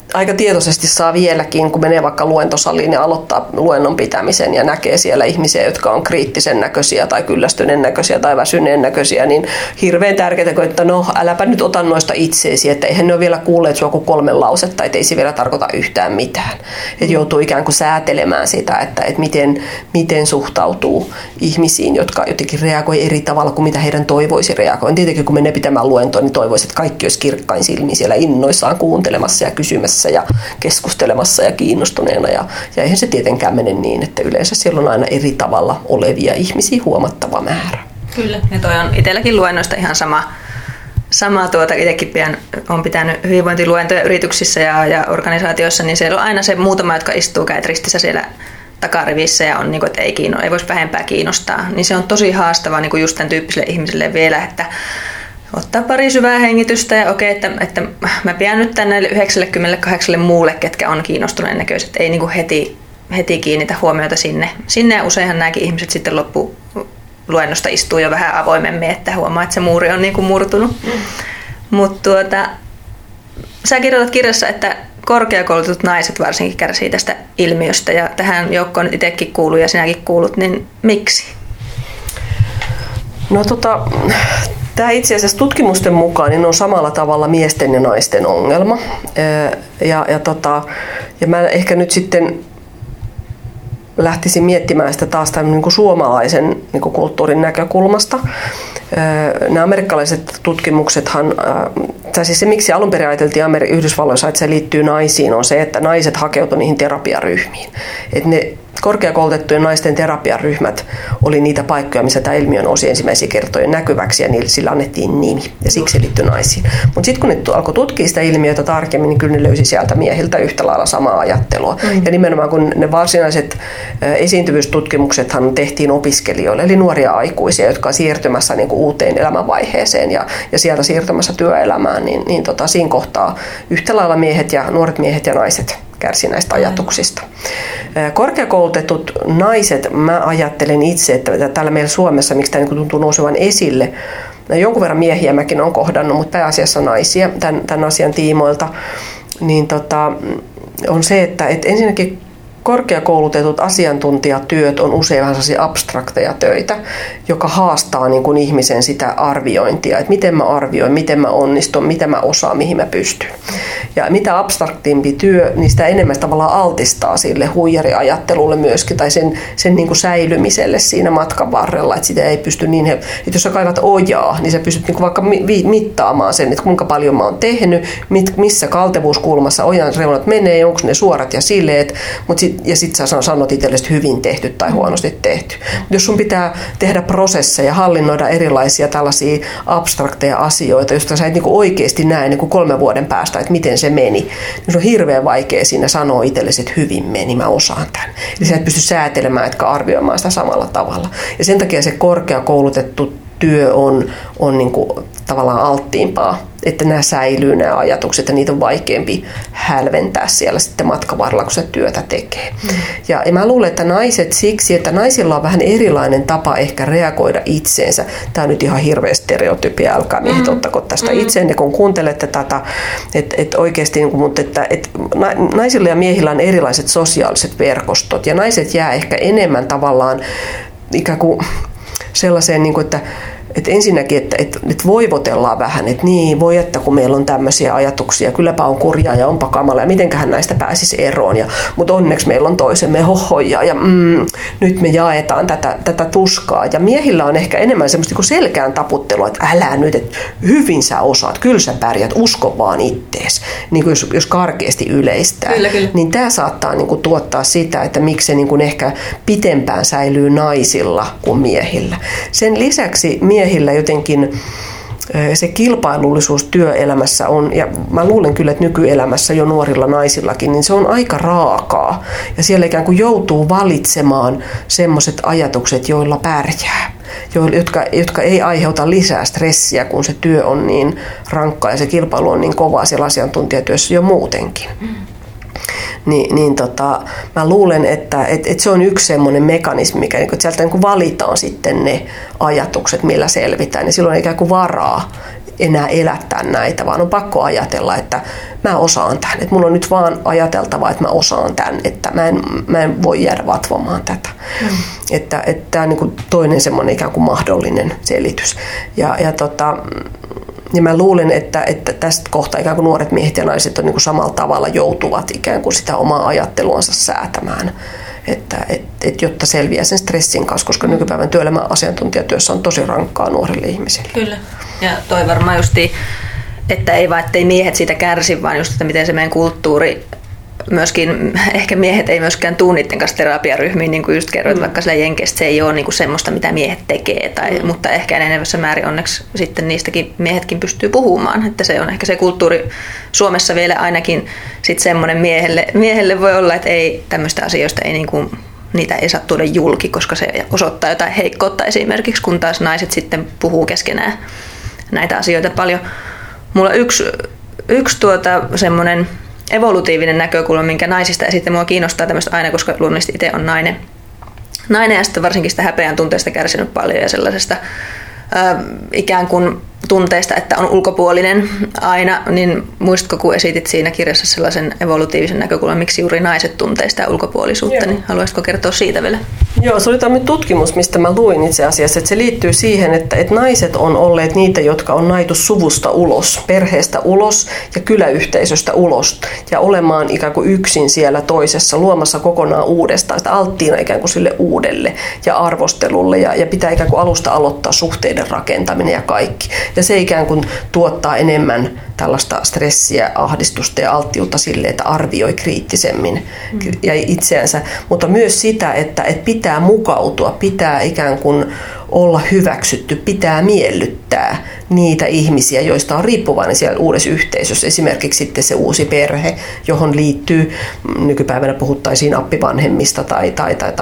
aika tietoisesti saa vieläkin, kun menee vaikka luentosaliin ja aloittaa luennon pitämisen ja näkee siellä ihmisiä, jotka on kriittisen näköisiä tai kyllästyneen näköisiä tai väsyneen näköisiä, niin hirveän tärkeää, että no äläpä nyt ota noista itseesi, että eihän ne ole vielä kuulleet sua kuin 3 lausetta, että ei se vielä tarkoita yhtään mitään. Että joutuu ikään kuin säätelemään sitä, että miten suhtautuu ihmisiin, jotka jotenkin reagoi eri tavalla kuin mitä heidän toivoisi reagoida. Tietenkin kun menee pitämään luentoa, niin toivoisi, että kaikki olisi kirkkain silmiin siellä innoissaan kuuntelemassa ja kysymässä ja keskustelemassa ja kiinnostuneena. Ja eihän se tietenkään mene niin, että yleensä siellä on aina eri tavalla olevia ihmisiä huomattava määrä. Kyllä, ja toi on itselläkin luennoista ihan sama itsekin olen pitänyt hyvinvointiluentoja yrityksissä ja organisaatioissa, niin siellä on aina se muutama, jotka istuu kädet ristissä siellä takarivissä ja on, niin kuin, että ei voisi vähempää kiinnostaa. Niin se on tosi haastavaa niin kuin just tämän tyyppiselle ihmiselle vielä, että ottaa pari syvää hengitystä ja okei, että mä pidän nyt tänne 98 muulle, ketkä on kiinnostuneen näköiset. Ei niin kuin heti kiinnitä huomiota sinne ja useinhan nämäkin ihmiset sitten luennosta istuu jo vähän avoimemmin, että huomaa, että se muuri on niin kuin murtunut. Mutta sä kirjoitat kirjassa, että korkeakoulutetut naiset varsinkin kärsii tästä ilmiöstä ja tähän joukkoon nyt itsekin kuuluu ja sinäkin kuulut, niin miksi? No tämä itse asiassa tutkimusten mukaan niin on samalla tavalla miesten ja naisten ongelma. Ja mä ehkä nyt sitten lähtisin miettimään sitä taas tämän niin kuin suomalaisen niin kuin kulttuurin näkökulmasta. Nämä amerikkalaiset tutkimuksethan, tai siis se miksi alun perin ajateltiin Yhdysvalloissa, että se liittyy naisiin, on se, että naiset hakeutuivat niihin terapiaryhmiin. Että ne korkeakoulutettujen naisten terapiaryhmät oli niitä paikkoja, missä tämä ilmiö nousi ensimmäisiä kertoja näkyväksi ja sillä annettiin nimi ja siksi se liittyi naisiin. Mutta sitten kun ne alkoi tutkia sitä ilmiötä tarkemmin, niin kyllä ne löysi sieltä miehiltä yhtä lailla samaa ajattelua. Ja nimenomaan kun ne varsinaiset esiintyvyystutkimuksethan tehtiin opiskelijoille, eli nuoria aikuisia, jotka on siirtymässä niin kuin uuteen elämänvaiheeseen ja sieltä siirtymässä työelämään, niin siinä kohtaa yhtä lailla nuoret miehet ja naiset kärsi näistä ajatuksista. Korkeakoulutetut naiset, mä ajattelen itse, että täällä meillä Suomessa, miksi tämä tuntuu nousevan esille, jonkun verran miehiä mäkin olen kohdannut, mutta pääasiassa naisia tämän asian tiimoilta, niin on se, että ensinnäkin korkeakoulutetut asiantuntijatyöt on usein vähän sellaisia abstrakteja töitä, joka haastaa niin kuin ihmisen sitä arviointia, että miten mä arvioin, miten mä onnistun, mitä mä osaan, mihin mä pystyn. Ja mitä abstraktimpi työ, niin sitä enemmän tavallaan altistaa sille huijariajattelulle myöskin, tai sen niin kuin säilymiselle siinä matkan varrella, että sitä ei pysty niin, että jos sä kaivat ojaa, niin sä pystyt niin kuin vaikka mittaamaan sen, että kuinka paljon mä oon tehnyt, missä kaltevuuskulmassa ojan reunat menee, onko ne suorat ja sileet, ja sitten sä sanot itsellesi hyvin tehty tai huonosti tehty. Jos sun pitää tehdä prosesseja, hallinnoida erilaisia tällaisia abstrakteja asioita, joista sä et niinku oikeasti näe niinku 3 vuoden päästä, että miten se meni, niin se on hirveän vaikea siinä sanoa itsellesi, että hyvin meni, mä osaan tämän. Eli sä et pysty säätelemään, etkä arvioimaan sitä samalla tavalla. Ja sen takia se korkeakoulutettu työ on niinku tavallaan alttiimpaa, että nämä säilyy nämä ajatukset ja niitä on vaikeampi hälventää siellä sitten matkan varrella, kun se työtä tekee. Ja mä luulen, että naiset siksi, että naisilla on vähän erilainen tapa ehkä reagoida itseensä. Tämä on nyt ihan hirveä stereotypia, älkää miehet ottako tästä itseenne, kun kuuntelette tätä, että oikeasti, mutta että naisilla ja miehillä on erilaiset sosiaaliset verkostot ja naiset jää ehkä enemmän tavallaan ikään kuin sellaiseen, niin kuin, että ensinnäkin, että voivotellaan vähän, että niin, voi että kun meillä on tämmöisiä ajatuksia, kylläpä on kurjaa ja onpa kamala ja mitenköhän näistä pääsisi eroon, mutta onneksi meillä on toisemme hohoja ja nyt me jaetaan tätä tuskaa. Ja miehillä on ehkä enemmän semmoista kuin selkään taputtelua, että älä nyt, että hyvin sä osaat, kyllä sä pärjät, usko vaan ittees, niin kuin jos karkeasti yleistää. Kyllä. Niin tämä saattaa niin kuin tuottaa sitä, että miksi se niin kuin ehkä pitempään säilyy naisilla kuin miehillä. Sen lisäksi miehillä jotenkin se kilpailullisuus työelämässä on, ja mä luulen kyllä, että nykyelämässä jo nuorilla naisillakin, niin se on aika raakaa. Ja siellä ikään kuin joutuu valitsemaan semmoiset ajatukset, joilla pärjää, jotka ei aiheuta lisää stressiä, kun se työ on niin rankkaa ja se kilpailu on niin kovaa siellä asiantuntijatyössä jo muutenkin. Mä luulen, että se on yksi semmoinen mekanismi, mikä että sieltä valitaan sitten ne ajatukset, millä selvitään. Ja silloin ikään kuin varaa enää elättää näitä, vaan on pakko ajatella, että mä osaan tämän. Että mun on nyt vaan ajateltava, että mä osaan tämän, että mä en voi jäädä vatvomaan tätä. Että tämä on niin kuin toinen semmoinen ikään kuin mahdollinen selitys. Ja mä luulen, että tästä kohtaa ikään kuin nuoret miehet ja naiset on niin kuin samalla tavalla joutuvat ikään kuin sitä omaa ajatteluansa säätämään. Että jotta selviää sen stressin kanssa, koska nykypäivän työelämän asiantuntijatyössä on tosi rankkaa nuorille ihmisille. Kyllä. Ja toi varmaan justi, että ei vaan, ettei miehet siitä kärsi, vaan just, että miten se meidän kulttuuri myöskin, ehkä miehet ei myöskään tuu niiden kanssa terapiaryhmiin, niin kuin just kerroit, vaikka sillä Jenkeistä se ei ole niin kuin semmoista, mitä miehet tekee, mutta ehkä enenevässä määrin onneksi sitten niistäkin miehetkin pystyy puhumaan, että se on ehkä se kulttuuri Suomessa vielä ainakin sitten semmoinen miehelle voi olla, että ei tämmöistä asioista ei niin kuin, niitä ei saa tuoda julki, koska se osoittaa jotain heikkoutta esimerkiksi, kun taas naiset sitten puhuu keskenään näitä asioita paljon. Mulla yksi semmoinen evolutiivinen näkökulma, minkä naisista ja sitten mua kiinnostaa tämmöistä aina, koska luonnollisesti itse on nainen ja sitten varsinkin sitä häpeän tunteesta kärsinyt paljon ja sellaisesta ikään kuin tunteista, että on ulkopuolinen aina, niin muistatko, kun esitit siinä kirjassa sellaisen evolutiivisen näkökulman, miksi juuri naiset tuntee sitä ulkopuolisuutta, niin haluaisitko kertoa siitä vielä? Joo, se oli tämmöinen tutkimus, mistä mä luin itse asiassa, että se liittyy siihen, että naiset on olleet niitä, jotka on naitu suvusta ulos, perheestä ulos ja kyläyhteisöstä ulos ja olemaan ikään kuin yksin siellä toisessa, luomassa kokonaan uudestaan, sitä alttiina ikään kuin sille uudelle ja arvostelulle ja pitää ikään kuin alusta aloittaa suhteiden rakentaminen ja kaikki. Ja se ikään kuin tuottaa enemmän tällaista stressiä, ahdistusta ja alttiutta sille, että arvioi kriittisemmin ja itseänsä, mutta myös sitä, että pitää mukautua, pitää ikään kuin olla hyväksytty, pitää miellyttää niitä ihmisiä, joista on riippuvainen siellä uudessa yhteisössä. Esimerkiksi sitten se uusi perhe, johon liittyy, nykypäivänä puhuttaisiin appivanhemmista tai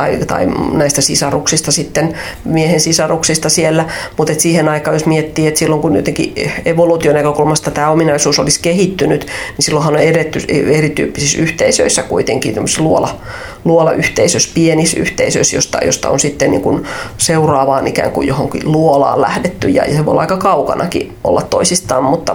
näistä sisaruksista sitten, miehen sisaruksista siellä, mutta siihen aikaan, jos miettii, että silloin kun jotenkin evoluutionäkökulmasta tämä ominaisuus olisi kehittynyt, niin silloinhan on edetty erityyppisissä yhteisöissä kuitenkin, tämmöisissä luolayhteisöissä, pienissä yhteisöissä, josta on sitten niin kuin seuraavaan ikään kuin johonkin luolaan lähdetty, ja se voi olla aika kaukanakin olla toisistaan, mutta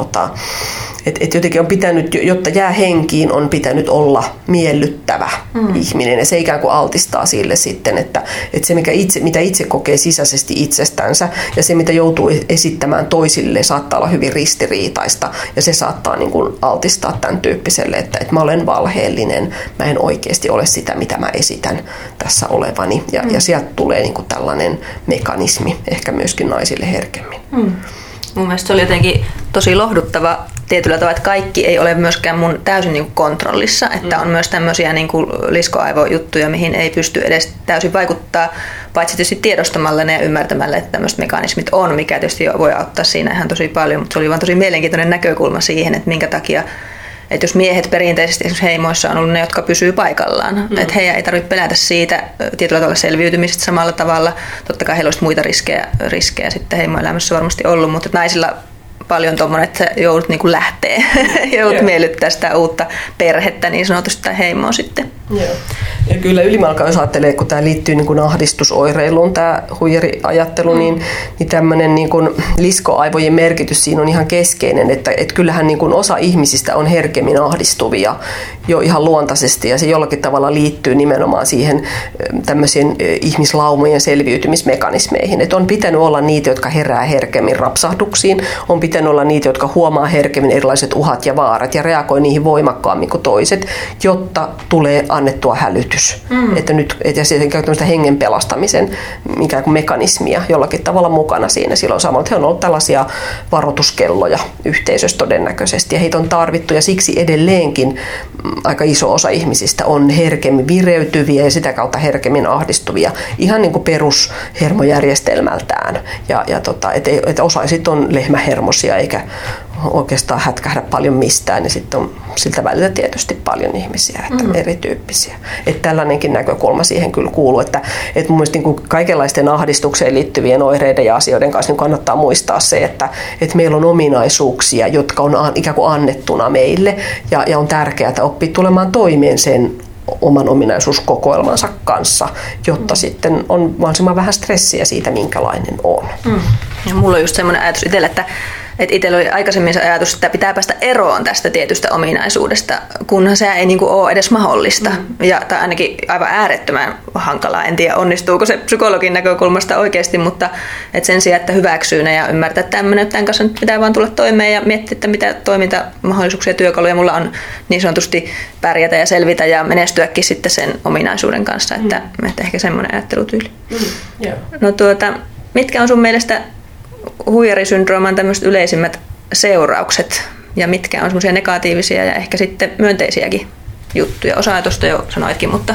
jotenkin on pitänyt, jotta jää henkiin, on pitänyt olla miellyttävä ihminen, ja se ikään kuin altistaa sille sitten, että se mitä itse kokee sisäisesti itsestänsä, ja se mitä joutuu esittämään toisille, saattaa olla hyvin ristiriitaista, ja se saattaa niin kuin altistaa tämän tyyppiselle, että mä olen valheellinen, mä en oikeasti ole sitä, mitä mä esitän tässä olevani, ja sieltä tulee niin kuin tällainen mekanismi, ehkä myöskin naisille herkemmin. Mun mielestä se oli jotenkin tosi lohduttava tietyllä tavalla, että kaikki ei ole myöskään mun täysin niin kuin kontrollissa, että on myös tämmöisiä niin kuin liskoaivojuttuja, mihin ei pysty edes täysin vaikuttaa, paitsi tietysti tiedostamalla ne ja ymmärtämällä, että tämmöiset mekanismit on, mikä tietysti voi auttaa siinä ihan tosi paljon, mutta se oli vaan tosi mielenkiintoinen näkökulma siihen, että minkä takia, että jos miehet perinteisesti esimerkiksi heimoissa on ollut ne, jotka pysyy paikallaan, että heidän ei tarvitse pelätä siitä tietyllä tavalla selviytymisestä samalla tavalla. Totta kai heillä olisi muita riskejä sitten heimoelämässä varmasti ollut, mutta naisilla paljon tuommoinen, että joudut niin kuin lähtee, joudut miellyttää sitä uutta perhettä niin sanotusti tai heimoa sitten. Joo. Ja kyllä ylimalkaan, jos ajattelee, kun tämä liittyy niin kuin ahdistusoireiluun, tämä huijariajattelu, niin tämmöinen niin kuin liskoaivojen merkitys siinä on ihan keskeinen, että kyllähän niin kuin osa ihmisistä on herkemmin ahdistuvia jo ihan luontaisesti, ja se jollakin tavalla liittyy nimenomaan siihen tämmöisiin ihmislaumojen selviytymismekanismeihin. Että on pitänyt olla niitä, jotka herää herkemmin rapsahduksiin, on pitänyt olla niitä, jotka huomaa herkemmin erilaiset uhat ja vaarat ja reagoi niihin voimakkaammin kuin toiset, jotta tulee annettua hälytys. Että nyt, ja se on tämmöistä hengen pelastamisen ikään kuin mekanismia jollakin tavalla mukana siinä silloin samalla. He on ollut tällaisia varoituskelloja yhteisössä todennäköisesti, ja heitä on tarvittu, ja siksi edelleenkin aika iso osa ihmisistä on herkemmin vireytyviä ja sitä kautta herkemmin ahdistuvia, ihan niin kuin perushermojärjestelmältään. Että osa sitten on lehmähermosia eikä oikeastaan hätkähdä paljon mistään, niin sitten on siltä välillä tietysti paljon ihmisiä, että erityyppisiä. Että tällainenkin näkökulma siihen kyllä kuuluu, että mun mielestä niin kuin kaikenlaisten ahdistukseen liittyvien oireiden ja asioiden kanssa niin kannattaa muistaa se, että meillä on ominaisuuksia, jotka on ikään kuin annettuna meille, ja on tärkeää oppia tulemaan toimeen sen oman ominaisuuskokoelmansa kanssa, jotta sitten on mahdollisimman vähän stressiä siitä, minkälainen on. Ja mulla on just semmoinen ajatus itsellä, että Että itsellä oli aikaisemmin se ajatus, että pitää päästä eroon tästä tietystä ominaisuudesta, kunhan se ei niin kuin ole edes mahdollista. Tai ainakin aivan äärettömän hankalaa. En tiedä, onnistuuko se psykologin näkökulmasta oikeasti, mutta että sen sijaan, että hyväksyy ne ja ymmärtää, että tämän kanssa nyt pitää vaan tulla toimeen ja miettiä, että mitä toimintamahdollisuuksia ja työkaluja mulla on niin sanotusti pärjätä ja selvitä ja menestyäkin sitten sen ominaisuuden kanssa. Että ehkä semmoinen ajattelutyyli. No mitkä on sun mielestä huijarisyndrooman tämmöiset yleisimmät seuraukset ja mitkä on semmoisia negatiivisia ja ehkä sitten myönteisiäkin juttuja? Osa tuosta jo sanoitkin, mutta...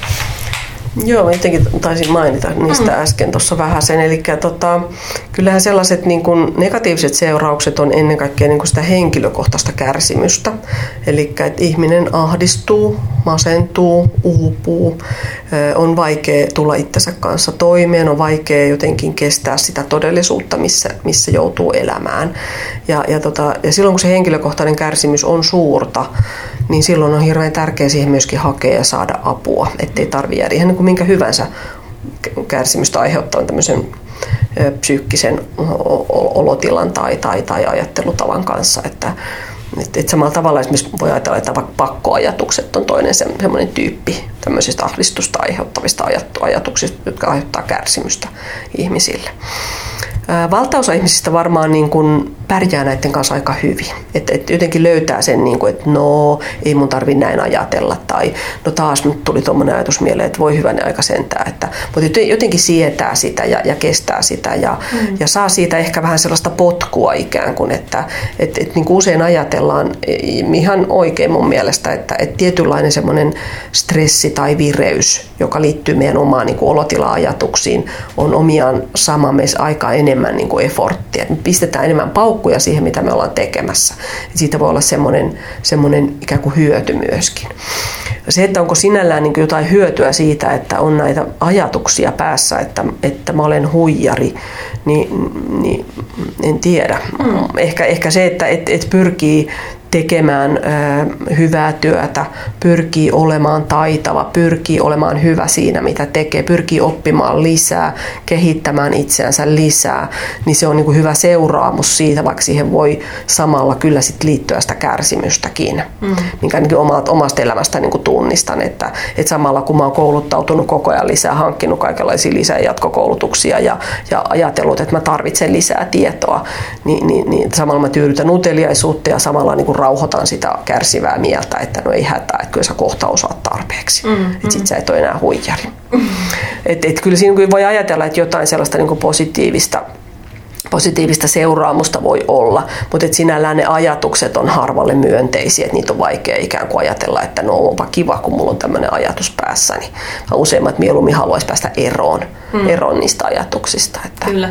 Joo, jotenkin taisin mainita niistä äsken tuossa vähäsen. Eli kyllähän sellaiset niin kuin negatiiviset seuraukset on ennen kaikkea niin kuin sitä henkilökohtaista kärsimystä. Eli että ihminen ahdistuu, masentuu, uupuu, on vaikea tulla itsensä kanssa toimeen, on vaikea jotenkin kestää sitä todellisuutta, missä joutuu elämään. Ja silloin kun se henkilökohtainen kärsimys on suurta, niin silloin on hirveän tärkeää siihen myöskin hakea ja saada apua, ettei tarvitse jäädä ihan niin kuin minkä hyvänsä kärsimystä aiheuttavan tämmöisen psyykkisen olotilan tai ajattelutavan kanssa. Että samalla tavalla esimerkiksi voi ajatella, että vaikka pakkoajatukset on toinen semmoinen tyyppi tämmöisistä ahdistusta aiheuttavista ajatuksista, jotka aiheuttaa kärsimystä ihmisille. Valtaosa ihmisistä varmaan niin kuin pärjää näiden kanssa aika hyvin. Et jotenkin löytää sen, niin kuin, että no, ei mun tarvitse näin ajatella. Tai no taas nyt tuli tuommoinen ajatus mieleen, että voi hyvänen aika sentää. Mutta jotenkin sietää sitä ja kestää sitä. Ja saa siitä ehkä vähän sellaista potkua ikään kuin. Että niin kuin usein ajatellaan ihan oikein mun mielestä, että tietynlainen semmoinen stressi tai vireys, joka liittyy meidän omaan niin kuin olotila-ajatuksiin, on omiaan saamaan meissä aika enemmän niin kuin efforttia. Me pistetään enemmän paukkuja siihen, mitä me ollaan tekemässä. Et siitä voi olla semmoinen ikään kuin hyöty myöskin. Se, että onko sinällään niin kuin jotain hyötyä siitä, että on näitä ajatuksia päässä, että mä olen huijari, niin en tiedä. Ehkä se, että pyrkii tekemään hyvää työtä, pyrkii olemaan taitava, pyrkii olemaan hyvä siinä, mitä tekee, pyrkii oppimaan lisää, kehittämään itseänsä lisää, niin se on niin kuin hyvä seuraamus siitä, vaikka siihen voi samalla kyllä sit liittyä sitä kärsimystäkin, minkä ainakin omasta elämästä niin kuin tunnistan, että samalla kun mä oon kouluttautunut koko ajan lisää, hankkinut kaikenlaisia lisää jatkokoulutuksia ja ajatellut, että mä tarvitsen lisää tietoa, niin samalla mä tyydytän uteliaisuutta ja samalla niin kuin rauhoitan sitä kärsivää mieltä, että no ei hätää, että kyllä sä kohta osaat tarpeeksi. Että sit sä et ole enää huijari. Et kyllä siinä voi ajatella, että jotain sellaista niin kuin positiivista seuraamusta voi olla, mutta sinällään ne ajatukset on harvalle myönteisiä, että niitä on vaikea ikään kuin ajatella, että no onpa kiva, kun mulla on tämmöinen ajatus päässäni. Useimmat mieluummin haluaisi päästä eroon niistä ajatuksista. Että. Kyllä.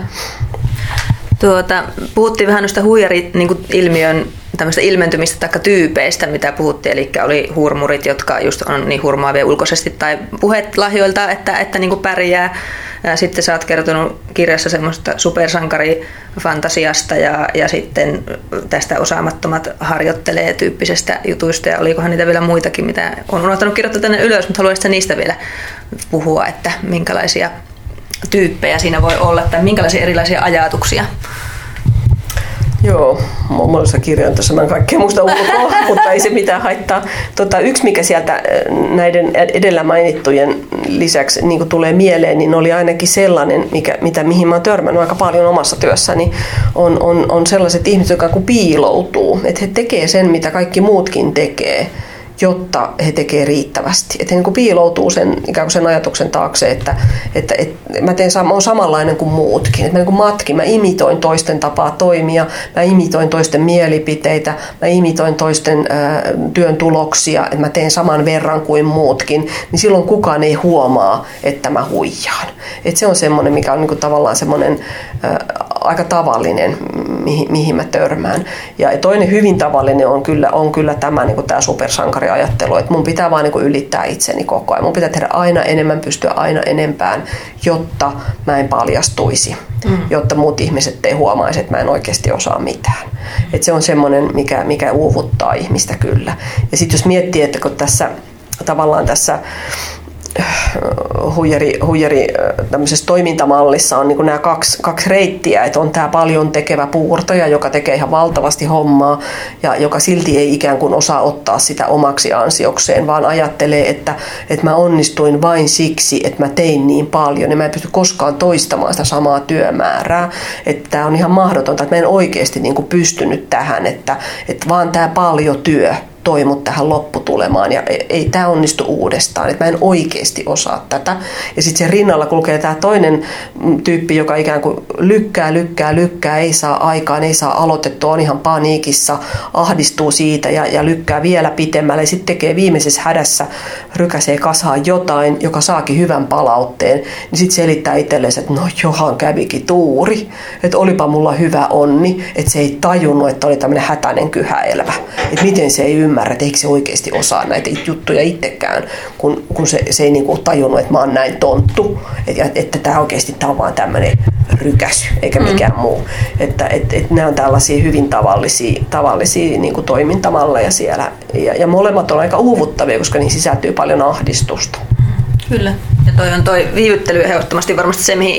Puhuttiin vähän noista huijari-ilmiön tämmöistä ilmentymistä tai tyypeistä, mitä puhuttiin, eli oli hurmurit, jotka just on niin hurmaavia ulkoisesti tai puheet lahjoilta, että niin kuin pärjää. Sitten sä oot kertonut kirjassa semmoista supersankarifantasiasta ja sitten tästä osaamattomat harjoittelee tyyppisestä jutuista, ja olikohan niitä vielä muitakin, mitä on unohtanut kirjoittaa tänne ylös, mutta haluaisit niistä vielä puhua, että minkälaisia tyyppejä siinä voi olla tai minkälaisia erilaisia ajatuksia? Joo, mulla on kirjoin tuossa kaikkea muusta ulkoa, mutta ei se mitään haittaa. Yksi, mikä sieltä näiden edellä mainittujen lisäksi niin tulee mieleen, niin oli ainakin sellainen, mihin mä oon törmännyt aika paljon omassa työssäni, on sellaiset ihmiset, jotka piiloutuu. Että he tekee sen, mitä kaikki muutkin tekee, jotta he tekee riittävästi. Että he niin piiloutuu ikään kuin sen ajatuksen taakse, että mä oon samanlainen kuin muutkin. Että mä imitoin toisten tapaa toimia, mä imitoin toisten mielipiteitä, mä imitoin toisten työn tuloksia, että mä teen saman verran kuin muutkin, niin silloin kukaan ei huomaa, että mä huijaan. Että se on semmoinen, mikä on niin kuin tavallaan semmoinen aika tavallinen, mihin mä törmään. Ja toinen hyvin tavallinen on kyllä tämä, niin kuin tämä supersankariajattelu, että mun pitää vaan niin kuin ylittää itseni koko ajan. Mun pitää tehdä aina enemmän, pystyä aina enempään, jotta mä en paljastuisi, jotta muut ihmiset ei huomaisi, että mä en oikeasti osaa mitään. Että se on semmoinen, mikä uuvuttaa ihmistä kyllä. Ja sitten jos miettii, että kun tässä huijari tämmöisessä toimintamallissa on niin kuin nämä kaksi reittiä, että on tämä paljon tekevä puurtaja, joka tekee ihan valtavasti hommaa ja joka silti ei ikään kuin osaa ottaa sitä omaksi ansiokseen, vaan ajattelee, että mä onnistuin vain siksi, että mä tein niin paljon ja mä en pysty koskaan toistamaan sitä samaa työmäärää, että tämä on ihan mahdotonta, että mä en oikeasti niin kuin pystynyt tähän, että vaan tämä paljon työ toi mut tähän lopputulemaan ja ei tämä onnistu uudestaan, että mä en oikeasti osaa tätä. Ja sitten sen rinnalla kulkee tämä toinen tyyppi, joka ikään kuin lykkää, ei saa aikaan, ei saa aloitettua, on ihan paniikissa, ahdistuu siitä ja lykkää vielä pitemmälle ja sitten tekee viimeisessä hädässä, rykäsee kasaan jotain, joka saakin hyvän palautteen, niin sitten selittää itselleen, että no johan kävikin tuuri, että olipa mulla hyvä onni, että se ei tajunnut, että oli tämmöinen hätäinen kyhäelvä, että miten se ei ymmärrä, että eikö se oikeasti osaa näitä juttuja itsekään, kun se ei niinku tajunnut, että mä oon näin tonttu, että tämä oikeasti on vaan tämmöinen rykäsy, eikä mikään muu. Että nämä on tällaisia hyvin tavallisia niinku toimintamalleja siellä, ja molemmat on aika uuvuttavia, koska niin sisältyy paljon ahdistusta. Kyllä, ja toi viivyttely ehdottomasti varmasti se, mihin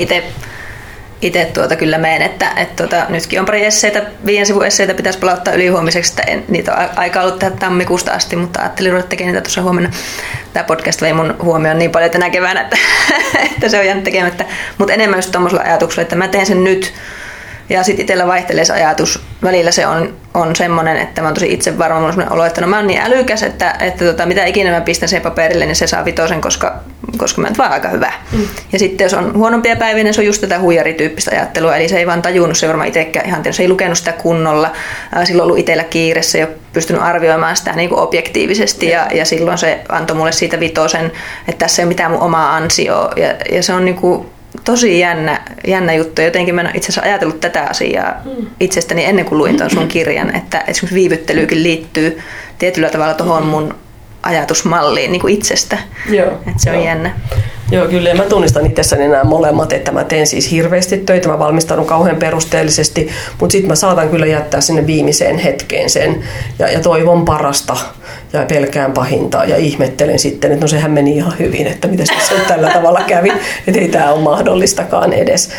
itse kyllä menen, että nytkin on pari esseitä, 5 sivun esseitä pitäisi palauttaa ylihuomiseksi, että niitä on aika ollut tehdä tammikuusta asti, mutta ajattelin ruveta tekemään niitä tuossa huomenna. Tämä podcast vei mun huomioon niin paljon tänä keväänä, että se on jäänyt tekemättä, mutta enemmän just tuommoisella ajatuksella, että mä teen sen nyt, ja sitten itsellä vaihtelee se ajatus. Välillä se on semmoinen, että mä oon tosi itse varma, mulla on semmoinen olo, että no mä oon niin älykäs, että mitä ikinä mä pistän sen paperille, niin se saa 5, koska mä oon vaan aika hyvä. Ja sitten jos on huonompia päiviä, niin se on just tätä huijarityyppistä ajattelua, eli se ei vaan tajunnut, se ei varmaan itsekään ihan tehnyt, se ei lukenut sitä kunnolla, silloin ollut itsellä kiire, se ei ole pystynyt arvioimaan sitä niin kuin objektiivisesti, ja silloin se antoi mulle siitä 5, että tässä ei ole mitään mun omaa ansioa, ja se on niin kuin tosi jännä juttu. Jotenkin mä en itse asiassa ajatellut tätä asiaa itsestäni ennen kuin luin tuon sun kirjan, että esimerkiksi viivyttelykin liittyy tietyllä tavalla tuohon mun ajatusmalliin niin kuin itsestä. Joo, että se on jännä. Joo, kyllä. Ja mä tunnistan itsessäni nämä molemmat, että mä teen siis hirveästi töitä, mä valmistaudun kauhean perusteellisesti, mutta sitten mä saatan kyllä jättää sinne viimeiseen hetkeen sen ja toivon parasta ja pelkään pahinta ja ihmettelen sitten, että no sehän meni ihan hyvin, että miten se tällä tavalla kävi, että ei tämä ole mahdollistakaan edes.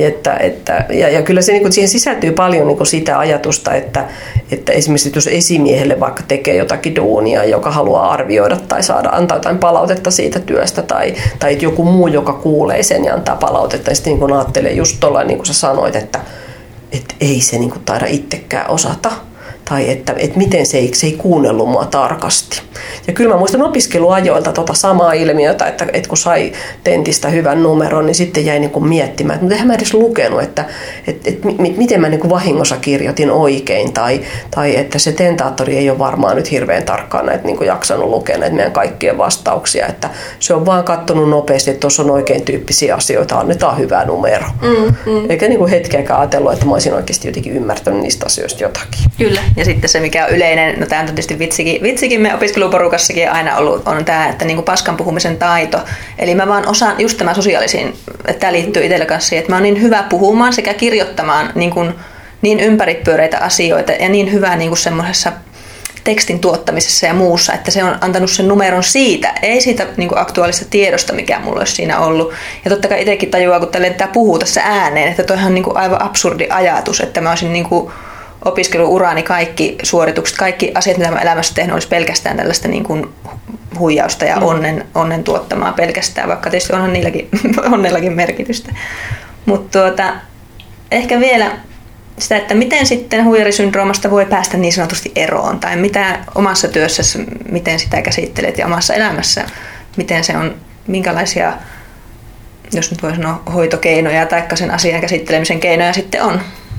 Ja kyllä se, niin siihen sisältyy paljon niin sitä ajatusta, että esimerkiksi jos esimiehelle vaikka tekee jotakin duunia, joka haluaa arvioida tai antaa jotain palautetta siitä työstä tai joku muu, joka kuulee sen ja antaa palautetta, ja sitten niin ajattelee just tuolla, niin kuin sä sanoit, että ei se niin taida itsekään osata. Tai että miten se ei kuunnellut mua tarkasti. Ja kyllä mä muistan opiskeluajoilta samaa ilmiötä, että kun sai tentistä hyvän numeron, niin sitten jäi niin kuin miettimään, että eihän mä edes lukenut, että miten mä niin kuin vahingossa kirjoitin oikein, tai että se tentaattori ei ole varmaan nyt hirveän tarkkaan näitä niin kuin jaksanut lukea näitä meidän kaikkien vastauksia, että se on vaan katsonut nopeasti, että tuossa on oikein tyyppisiä asioita, annetaan hyvä numero. Eikä niin kuin hetkeäkään ajatellut, että mä olisin oikeasti jotenkin ymmärtänyt niistä asioista jotakin. Kyllä. Ja sitten se, mikä on yleinen, no tämä on tietysti vitsikin me opiskeluporukassakin aina ollut, on tämä, että niin kuin paskan puhumisen taito. Eli mä vaan osaan just tämä sosiaalisiin, että tämä liittyy itselle kanssa siihen, että mä oon niin hyvä puhumaan sekä kirjoittamaan niin ympäripyöreitä asioita ja niin hyvä niin kuin semmoisessa tekstin tuottamisessa ja muussa, että se on antanut sen numeron siitä, ei siitä niin kuin aktuaalista tiedosta, mikä mulla olisi siinä ollut. Ja totta kai itsekin tajuaa, kun tämä puhuu tässä ääneen, että toihan on niin kuin aivan absurdi ajatus, että mä olisin niin kuin opiskeluuraani kaikki suoritukset, kaikki asiat, mitä mä elämässä tehnyt, olisi pelkästään tällaista niin kuin huijausta ja onnen tuottamaa pelkästään, vaikka tietysti onhan onnellakin merkitystä. Mutta ehkä vielä sitä, että miten sitten huijarisyndroomasta voi päästä niin sanotusti eroon, tai mitä omassa työssäsi, miten sitä käsittelet ja omassa elämässä, miten se on, minkälaisia, jos nyt voi sanoa, hoitokeinoja tai sen asian käsittelemisen keinoja sitten on?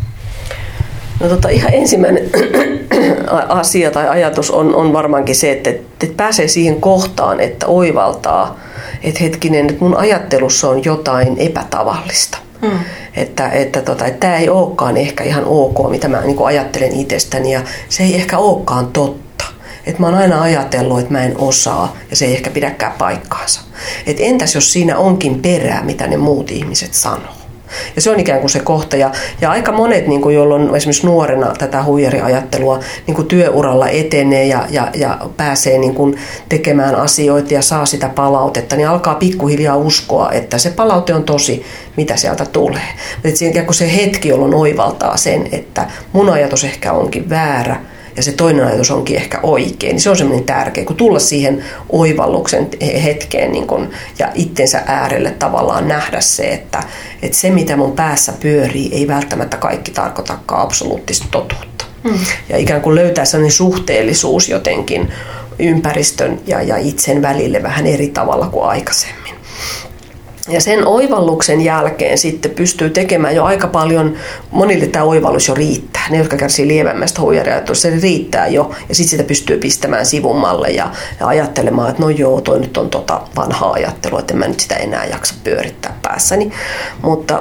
No ihan ensimmäinen asia tai ajatus on varmaankin se, että pääsee siihen kohtaan, että oivaltaa, että hetkinen, että mun ajattelussa on jotain epätavallista. Että tämä ei olekaan ehkä ihan ok, mitä mä niin kuin ajattelen itsestäni, ja se ei ehkä olekaan totta. Että mä oon aina ajatellut, että mä en osaa, ja se ei ehkä pidäkään paikkaansa. Että entäs jos siinä onkin perää, mitä ne muut ihmiset sanoo? Ja se on ikään kuin se kohta. Ja aika monet, niin kuin, jolloin esimerkiksi nuorena tätä huijariajattelua niin kuin työuralla etenee ja pääsee niin kuin tekemään asioita ja saa sitä palautetta, niin alkaa pikkuhiljaa uskoa, että se palaute on tosi, mitä sieltä tulee. Että ikään kuin se hetki, jolloin oivaltaa sen, että mun ajatus ehkä onkin väärä, ja se toinen ajatus onkin ehkä oikein, niin se on semmoinen tärkeä, kun tulla siihen oivalluksen hetkeen niin kun, ja itsensä äärelle tavallaan nähdä se, että se mitä mun päässä pyörii ei välttämättä kaikki tarkoitakaan absoluuttista totuutta. Ja ikään kuin löytää sellainen suhteellisuus jotenkin ympäristön ja itsen välille vähän eri tavalla kuin aikaisemmin. Ja sen oivalluksen jälkeen sitten pystyy tekemään jo aika paljon, monille tämä oivallus jo riittää. Ne, jotka kärsii lievemmästä huijariajattelusta, se riittää jo. Ja sitten sitä pystyy pistämään sivummalle ja ajattelemaan, että no joo, toi nyt on vanhaa ajattelua, että en mä nyt sitä enää jaksa pyörittää päässäni. Mutta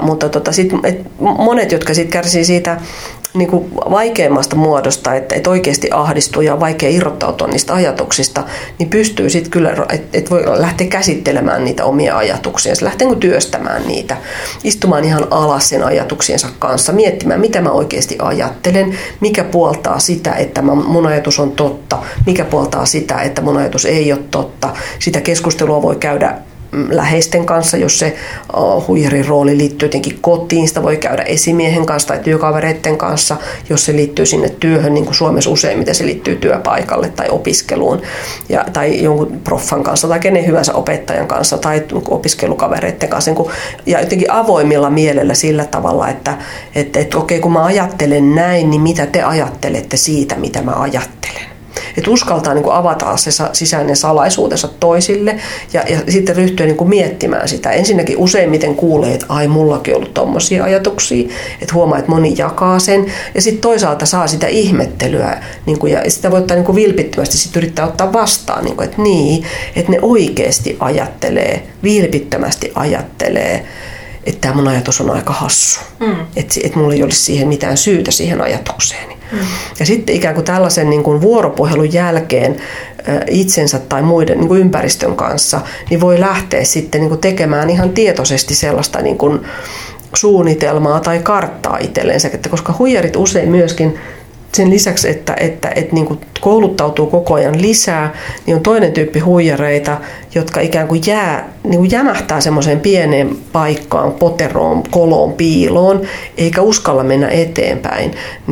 monet, jotka sitten kärsii siitä niin kuin vaikeimmasta muodosta, että oikeasti ahdistuu ja on vaikea irrottautua niistä ajatuksista, niin pystyy sitten kyllä, että voi lähteä käsittelemään niitä omia ajatuksia. Se lähtee työstämään niitä, istumaan ihan alas sen ajatuksiensa kanssa, miettimään, mitä mä oikeasti ajattelen, mikä puoltaa sitä, että mun ajatus on totta, mikä puoltaa sitä, että mun ajatus ei ole totta. Sitä keskustelua voi käydä läheisten kanssa, jos se huijarin rooli liittyy jotenkin kotiin, sitä voi käydä esimiehen kanssa tai työkavereiden kanssa, jos se liittyy sinne työhön, niin kuin Suomessa useimmiten se liittyy työpaikalle tai opiskeluun, tai jonkun proffan kanssa tai kenen hyvänsä opettajan kanssa tai opiskelukavereiden kanssa, ja jotenkin avoimilla mielellä sillä tavalla, että okei, kun mä ajattelen näin, niin mitä te ajattelette siitä, mitä mä ajattelen. Että uskaltaa niin kuin avata se sisäinen salaisuutensa toisille ja sitten ryhtyä niin kuin miettimään sitä. Ensinnäkin useimmiten kuulee, että ai, mullakin on ollut tommosia ajatuksia, että huomaa, että moni jakaa sen. Ja sitten toisaalta saa sitä ihmettelyä niin kuin, ja sitä voi ottaa niin kuin vilpittömästi, sitten yrittää ottaa vastaan, niin kuin, että ne oikeasti ajattelee, vilpittömästi ajattelee, että tämä mun ajatus on aika hassu. Että mulla ei olisi siihen mitään syytä siihen ajatukseeni. Ja sitten ikään kuin tällaisen niin kuin vuoropuhelun jälkeen itsensä tai muiden niin kuin ympäristön kanssa, niin voi lähteä sitten niin kuin tekemään ihan tietoisesti sellaista niin kuin suunnitelmaa tai karttaa itsellensä. Että koska huijarit usein myöskin sen lisäksi, että niin kuin kouluttautuu koko ajan lisää, niin on toinen tyyppi huijareita, jotka ikään kuin niin kuin jämähtää semmoiseen pieneen paikkaan, poteroon, koloon, piiloon, eikä uskalla mennä eteenpäin.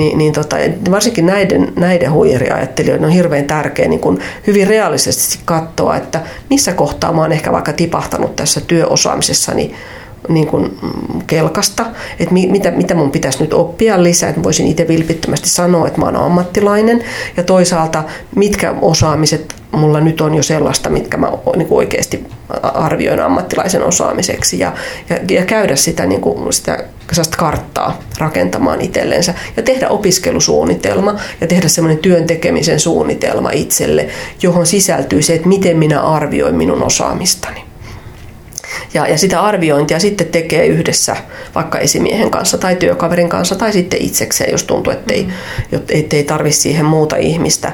Varsinkin näiden huijariajattelijoiden on hirveän tärkeää niin kuin hyvin realistisesti katsoa, että missä kohtaa mä oon ehkä vaikka tipahtanut tässä työosaamisessani niin kuin kelkasta, että mitä mun pitäisi nyt oppia lisää, että voisin itse vilpittömästi sanoa, että mä oon ammattilainen, ja toisaalta mitkä osaamiset mulla nyt on jo sellaista, mitkä mä niin kuin oikeasti arvioin ammattilaisen osaamiseksi, ja käydä sitä, niin kuin sitä karttaa rakentamaan itsellensä ja tehdä opiskelusuunnitelma ja tehdä semmoinen työn tekemisen suunnitelma itselle, johon sisältyy se, että miten minä arvioin minun osaamistani. Ja sitä arviointia sitten tekee yhdessä vaikka esimiehen kanssa tai työkaverin kanssa tai sitten itsekseen, jos tuntuu, ettei tarvitse siihen muuta ihmistä.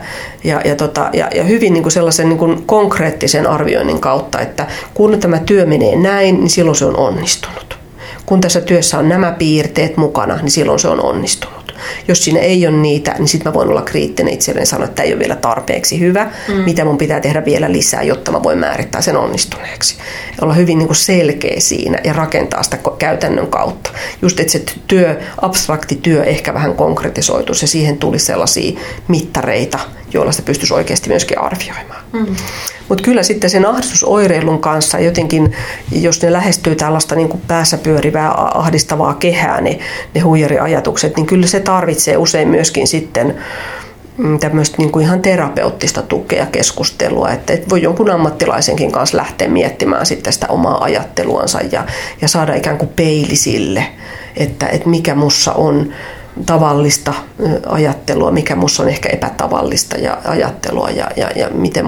Ja hyvin niin kuin sellaisen niin kuin konkreettisen arvioinnin kautta, että kun tämä työ menee näin, niin silloin se on onnistunut. Kun tässä työssä on nämä piirteet mukana, niin silloin se on onnistunut. Jos siinä ei ole niitä, niin sitten mä voin olla kriittinen itselleni ja sanoa, että tämä ei ole vielä tarpeeksi hyvä. Mitä mun pitää tehdä vielä lisää, jotta mä voin määrittää sen onnistuneeksi. Olla hyvin niin kuin selkeä siinä ja rakentaa sitä käytännön kautta. Just, että se abstrakti työ ehkä vähän konkretisoituisi ja siihen tuli sellaisia mittareita, joilla sitä pystyisi oikeasti myöskin arvioimaan. Mutta kyllä sitten sen ahdistusoireilun kanssa jotenkin, jos ne lähestyy tällaista niin kuin päässä pyörivää ahdistavaa kehää, ne huijariajatukset, niin kyllä se tarvitsee usein myöskin sitten tämmöistä niin kuin ihan terapeuttista tukea, keskustelua, että voi jonkun ammattilaisenkin kanssa lähteä miettimään sitten sitä omaa ajatteluansa ja saada ikään kuin peili sille, että mikä mussa on tavallista ajattelua, mikä musta on ehkä epätavallista ajattelua ja miten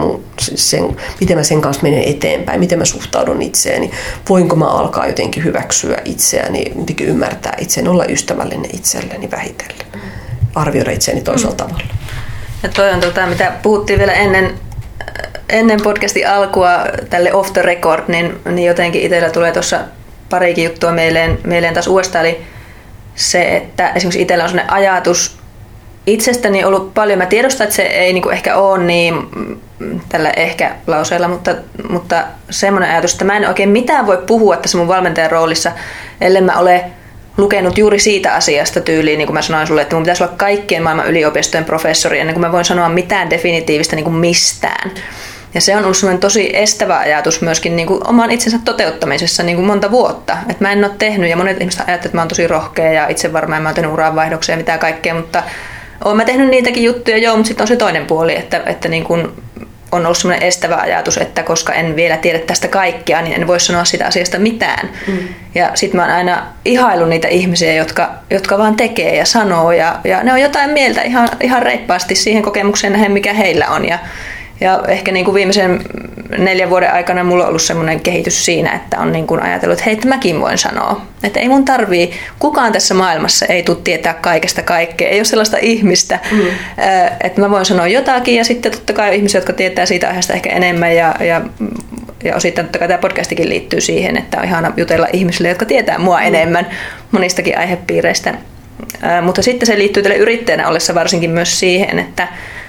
mä sen kanssa menen eteenpäin, miten mä suhtaudun itseeni, voinko mä alkaa jotenkin hyväksyä itseäni, jotenkin ymmärtää itseäni, olla ystävällinen itselleni vähitellen, arvioida itseäni toisella tavalla. Ja toi on mitä puhuttiin vielä ennen podcastin alkua tälle off the record, niin jotenkin itsellä tulee tuossa parikin juttua mieleen taas uudestaan. Eli se, että esimerkiksi itsellä on sellainen ajatus itsestäni ollut paljon. Mä tiedostan, että se ei niinku ehkä ole niin tällä ehkä-lauseella, mutta semmoinen ajatus, että mä en oikein mitään voi puhua tässä mun valmentajan roolissa, ellei mä ole lukenut juuri siitä asiasta tyyliin, niin kuin mä sanoin sulle, että mun pitäisi olla kaikkien maailman yliopistojen professori ennen kuin mä voin sanoa mitään definitiivistä niin kuin mistään. Ja se on ollut semmoinen tosi estävä ajatus myöskin niin kuin oman itsensä toteuttamisessa niin kuin monta vuotta. Että mä en ole tehnyt, ja monet ihmiset ajattelevat, että mä oon tosi rohkea ja itse varmaan, ja mä oon tehnyt uranvaihdoksia ja mitä kaikkea, mutta oon mä tehnyt niitäkin juttuja, joo, mutta sitten on se toinen puoli, että niin kuin on ollut semmoinen estävä ajatus, että koska en vielä tiedä tästä kaikkea, niin en voi sanoa sitä asiasta mitään. Ja sitten mä oon aina ihaillut niitä ihmisiä, jotka vaan tekee ja sanoo, ja ne on jotain mieltä ihan reippaasti siihen kokemukseen nähden, mikä heillä on. Ja ehkä niin kuin viimeisen 4 vuoden aikana mulla on ollut semmoinen kehitys siinä, että on niin kuin ajatellut, että hei, mäkin voin sanoa. Että ei mun tarvii, kukaan tässä maailmassa ei tule tietää kaikesta kaikkea. Ei ole sellaista ihmistä, että mä voin sanoa jotakin ja sitten totta kai ihmisiä, jotka tietää siitä aiheesta ehkä enemmän ja osittain totta kai tämä podcastikin liittyy siihen, että on ihana jutella ihmisille, jotka tietää mua enemmän monistakin aihepiireistä. Mutta sitten se liittyy tälle yrittäjänä ollessa varsinkin myös siihen, että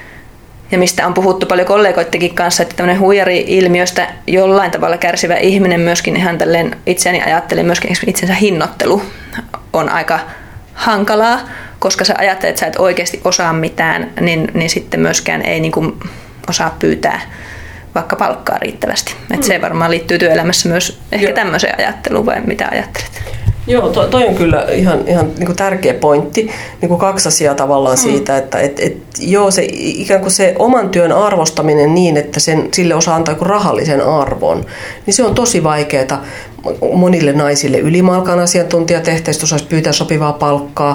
ja mistä on puhuttu paljon kollegoittekin kanssa, että tämmöinen huijari-ilmiöstä jollain tavalla kärsivä ihminen myöskin ihan tälleen itseäni ajattelen, myöskin itsensä hinnoittelu on aika hankalaa, koska sä ajattelet, että sä et oikeasti osaa mitään, niin sitten myöskään ei niin kuin osaa pyytää vaikka palkkaa riittävästi. Että se varmaan liittyy työelämässä myös ehkä tämmöiseen ajatteluun, vai mitä ajattelet? Joo, toi on kyllä ihan niin kuin tärkeä pointti. Niin kuin 2 asiaa tavallaan siitä, että joo, se, ikään kuin se oman työn arvostaminen niin, että sille osaa antaa joku rahallisen arvon, niin se on tosi vaikeaa monille naisille ylimalkaan asiantuntijatehtäistä, osaisi pyytää sopivaa palkkaa,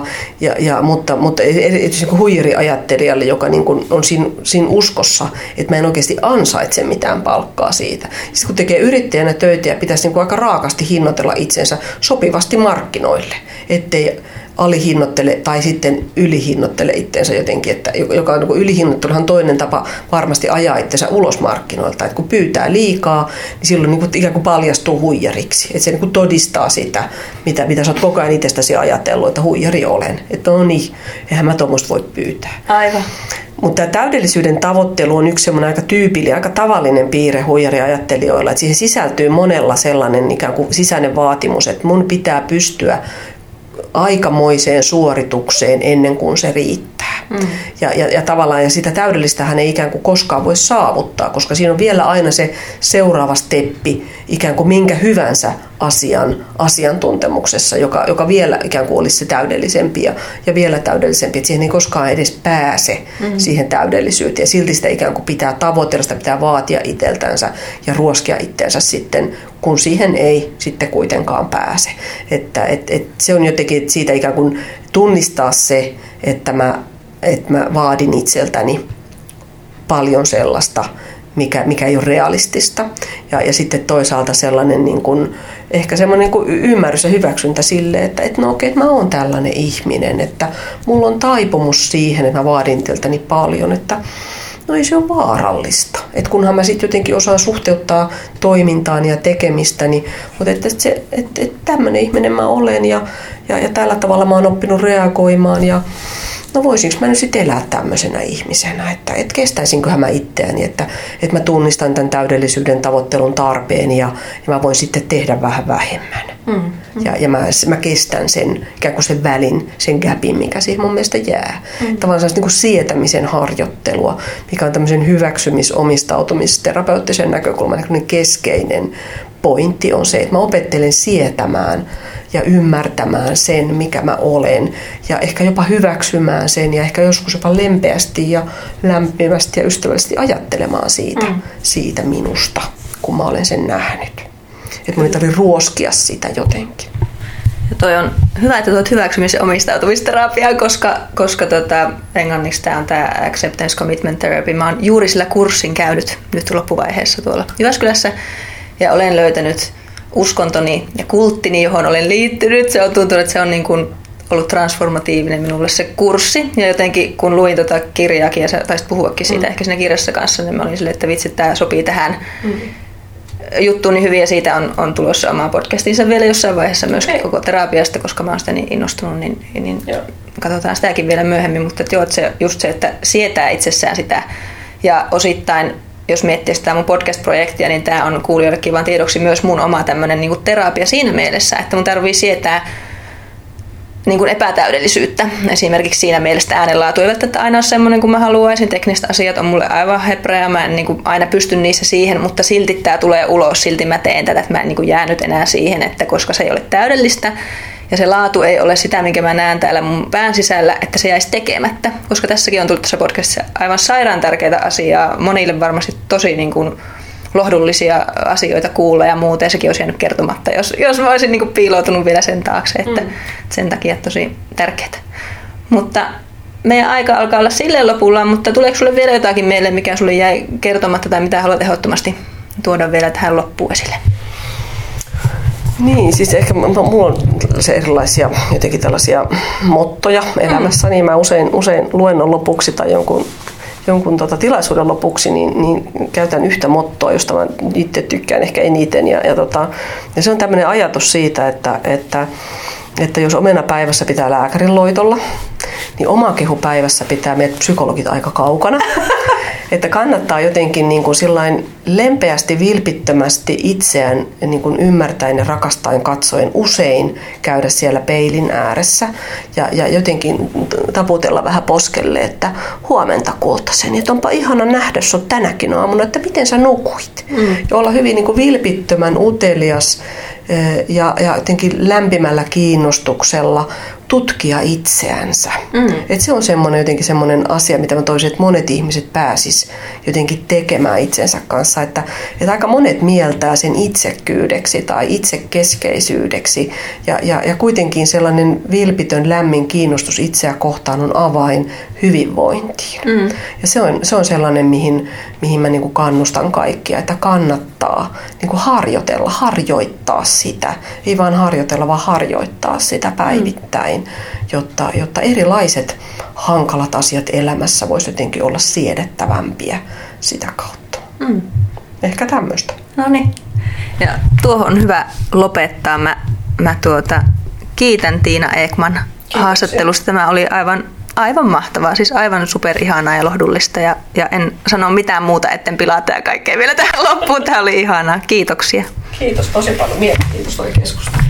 mutta erityisesti niin huijariajattelijalle, joka niin kuin on siinä uskossa, että mä en oikeasti ansaitse mitään palkkaa siitä. Sitten kun tekee yrittäjänä töitä ja pitäisi niin kuin aika raakasti hinnoitella itsensä sopivasti markkinoille, ettei alihinnoittele tai sitten ylihinnoittele itseensä jotenkin, että joka on niin ylihinnoitteluhan toinen tapa varmasti ajaa itsensä ulos markkinoilta, että kun pyytää liikaa, niin silloin niin kuin ikään kuin paljastuu huijariksi, että se niin kuin todistaa sitä, mitä sä oot koko ajan itsestäsi ajatellut, että huijari olen, että no niin, eihän mä tuommoista voi pyytää. Aivan. Mutta tämä täydellisyyden tavoittelu on yksi semmoinen aika tyypillinen, aika tavallinen piirre huijariajattelijoilla, että siihen sisältyy monella sellainen ikään kuin sisäinen vaatimus, että mun pitää pystyä aikamoiseen suoritukseen ennen kuin se riittää. Ja tavallaan ja sitä täydellistähän ei ikään kuin koskaan voi saavuttaa, koska siinä on vielä aina se seuraava steppi ikään kuin minkä hyvänsä asiantuntemuksessa, joka vielä ikään kuin olisi se täydellisempi ja vielä täydellisempi, että siihen ei koskaan edes pääse siihen täydellisyyteen ja silti sitä ikään kuin pitää tavoitella, sitä pitää vaatia itseltänsä ja ruoskia itseensä sitten, kun siihen ei sitten kuitenkaan pääse. Että se on jotenkin siitä ikään kuin tunnistaa se, että mä vaadin itseltäni paljon sellaista, mikä ei ole realistista. Ja sitten toisaalta sellainen niin kuin, ehkä semmoinen niin kuin ymmärrys ja hyväksyntä sille, että no okei, mä oon tällainen ihminen, että mulla on taipumus siihen, että mä vaadin itseltäni paljon, että no ei se ole vaarallista. Että kunhan mä sitten jotenkin osaan suhteuttaa toimintaan ja tekemistäni, mutta että tämmöinen ihminen mä olen ja tällä tavalla mä oon oppinut reagoimaan ja no voisinko mä nyt sitten elää tämmöisenä ihmisenä, että kestäisinköhän mä itseäni, että mä tunnistan tämän täydellisyyden tavoittelun tarpeen ja mä voin sitten tehdä vähän vähemmän. Ja mä kestän sen ikään kuin sen välin, sen gapin, mikä siihen mun mielestä jää. Tavallaan sellaista niin kuin sietämisen harjoittelua, mikä on tämmöisen omistautumisterapeuttisen näkökulman niin keskeinen pointti on se, että mä opettelen sietämään ja ymmärtämään sen, mikä mä olen ja ehkä jopa hyväksymään sen ja ehkä joskus jopa lempeästi ja lämpimästi ja ystävällisesti ajattelemaan siitä minusta, kun mä olen sen nähnyt. Että mun ei tarvitse ruoskia sitä jotenkin. Ja toi on hyvä, että tuot hyväksymis- ja omistautumisterapiaa, koska englanniksi tämä on tämä Acceptance Commitment Therapy. Mä oon juuri sillä kurssin käynyt nyt loppuvaiheessa tuolla Jyväskylässä ja olen löytänyt uskontoni ja kulttini, johon olen liittynyt. Se on tuntunut, että se on niin kuin ollut transformatiivinen minulle se kurssi. Ja jotenkin kun luin tuota kirjaakin ja sä taisit puhuakin siitä ehkä siinä kirjassa kanssa, niin mä olin silleen, että vitsi, tämä sopii tähän juttuun niin hyviä. Siitä on tulossa omaa podcastinsa vielä jossain vaiheessa myös koko terapiasta, koska mä oon sitä niin innostunut, niin katsotaan sitäkin vielä myöhemmin. Mutta just se, että sietää itsessään sitä ja osittain, jos miettii sitä mun podcast-projektia, niin tämä on kuulijoillekin vaan tiedoksi myös mun oma tämmöinen niin kuin terapia siinä mielessä, että mun tarvii sietää niin kuin epätäydellisyyttä. Esimerkiksi siinä mielessä äänenlaatu ei välttämättä aina ole semmoinen kuin mä haluaisin. Tekniset asiat on mulle aivan hepreä, mä en niin kuin aina pysty niissä siihen, mutta silti tämä tulee ulos, silti mä teen tätä, että mä en niin kuin jäänyt enää siihen, että koska se ei ole täydellistä ja se laatu ei ole sitä, minkä mä näen täällä mun pään sisällä, että se jäisi tekemättä. Koska tässäkin on tullut tässä podcastissa aivan sairaan tärkeitä asiaa, monille varmasti tosi niin kuin lohdullisia asioita kuulla ja muuta, ja sekin olisi jäänyt kertomatta, jos mä olisin niin kuin piiloutunut vielä sen taakse, että sen takia tosi tärkeää. Mutta meidän aika alkaa olla silleen lopulla, mutta tuleeko sulle vielä jotakin meille, mikä sulle jäi kertomatta tai mitä haluat ehdottomasti tuoda vielä tähän loppuun esille? Niin, siis ehkä mulla on erilaisia jotenkin tällaisia mottoja elämässä, niin mä usein luennon lopuksi tai jonkun tilaisuuden lopuksi niin käytän yhtä mottoa, josta mä itse tykkään ehkä eniten. Ja se on tämmöinen ajatus siitä, että jos omenapäivässä pitää lääkärin loitolla, niin omakehupäivässä pitää meidät psykologit aika kaukana. Että kannattaa jotenkin niin kuin sillain lempeästi, vilpittömästi itseään niin kuin ymmärtäen ja rakastaen katsoen usein käydä siellä peilin ääressä ja jotenkin taputella vähän poskelle, että huomenta kultaseni, että onpa ihana nähdä sut tänäkin aamuna, että miten sä nukuit. Ja olla hyvin niin kuin vilpittömän utelias ja jotenkin lämpimällä kiinnostuksella tutkia itseänsä. Et se on jotenkin semmoinen asia, mitä mä toisin, että monet ihmiset pääsis jotenkin tekemään itsensä kanssa. Että aika monet mieltää sen itsekkyydeksi tai itsekeskeisyydeksi. Ja kuitenkin sellainen vilpitön lämmin kiinnostus itseä kohtaan on avain hyvinvointiin. Ja se on sellainen, mihin mä niin kuin kannustan kaikkia, että kannattaa niin kuin harjoittaa sitä. Ei vaan harjoitella, vaan harjoittaa sitä päivittäin, jotta erilaiset hankalat asiat elämässä voisi jotenkin olla siedettävämpiä sitä kautta. Ehkä tämmöistä. No niin. Ja tuohon on hyvä lopettaa. Mä kiitän Tiina Ekman haastattelusta. Tämä oli aivan mahtavaa, siis aivan superihanaa ja lohdullista. Ja en sano mitään muuta, etten pilata ja kaikkea vielä tähän loppuun. Tämä oli ihanaa. Kiitoksia. Kiitos tosi paljon. Kiitos toi keskustelu.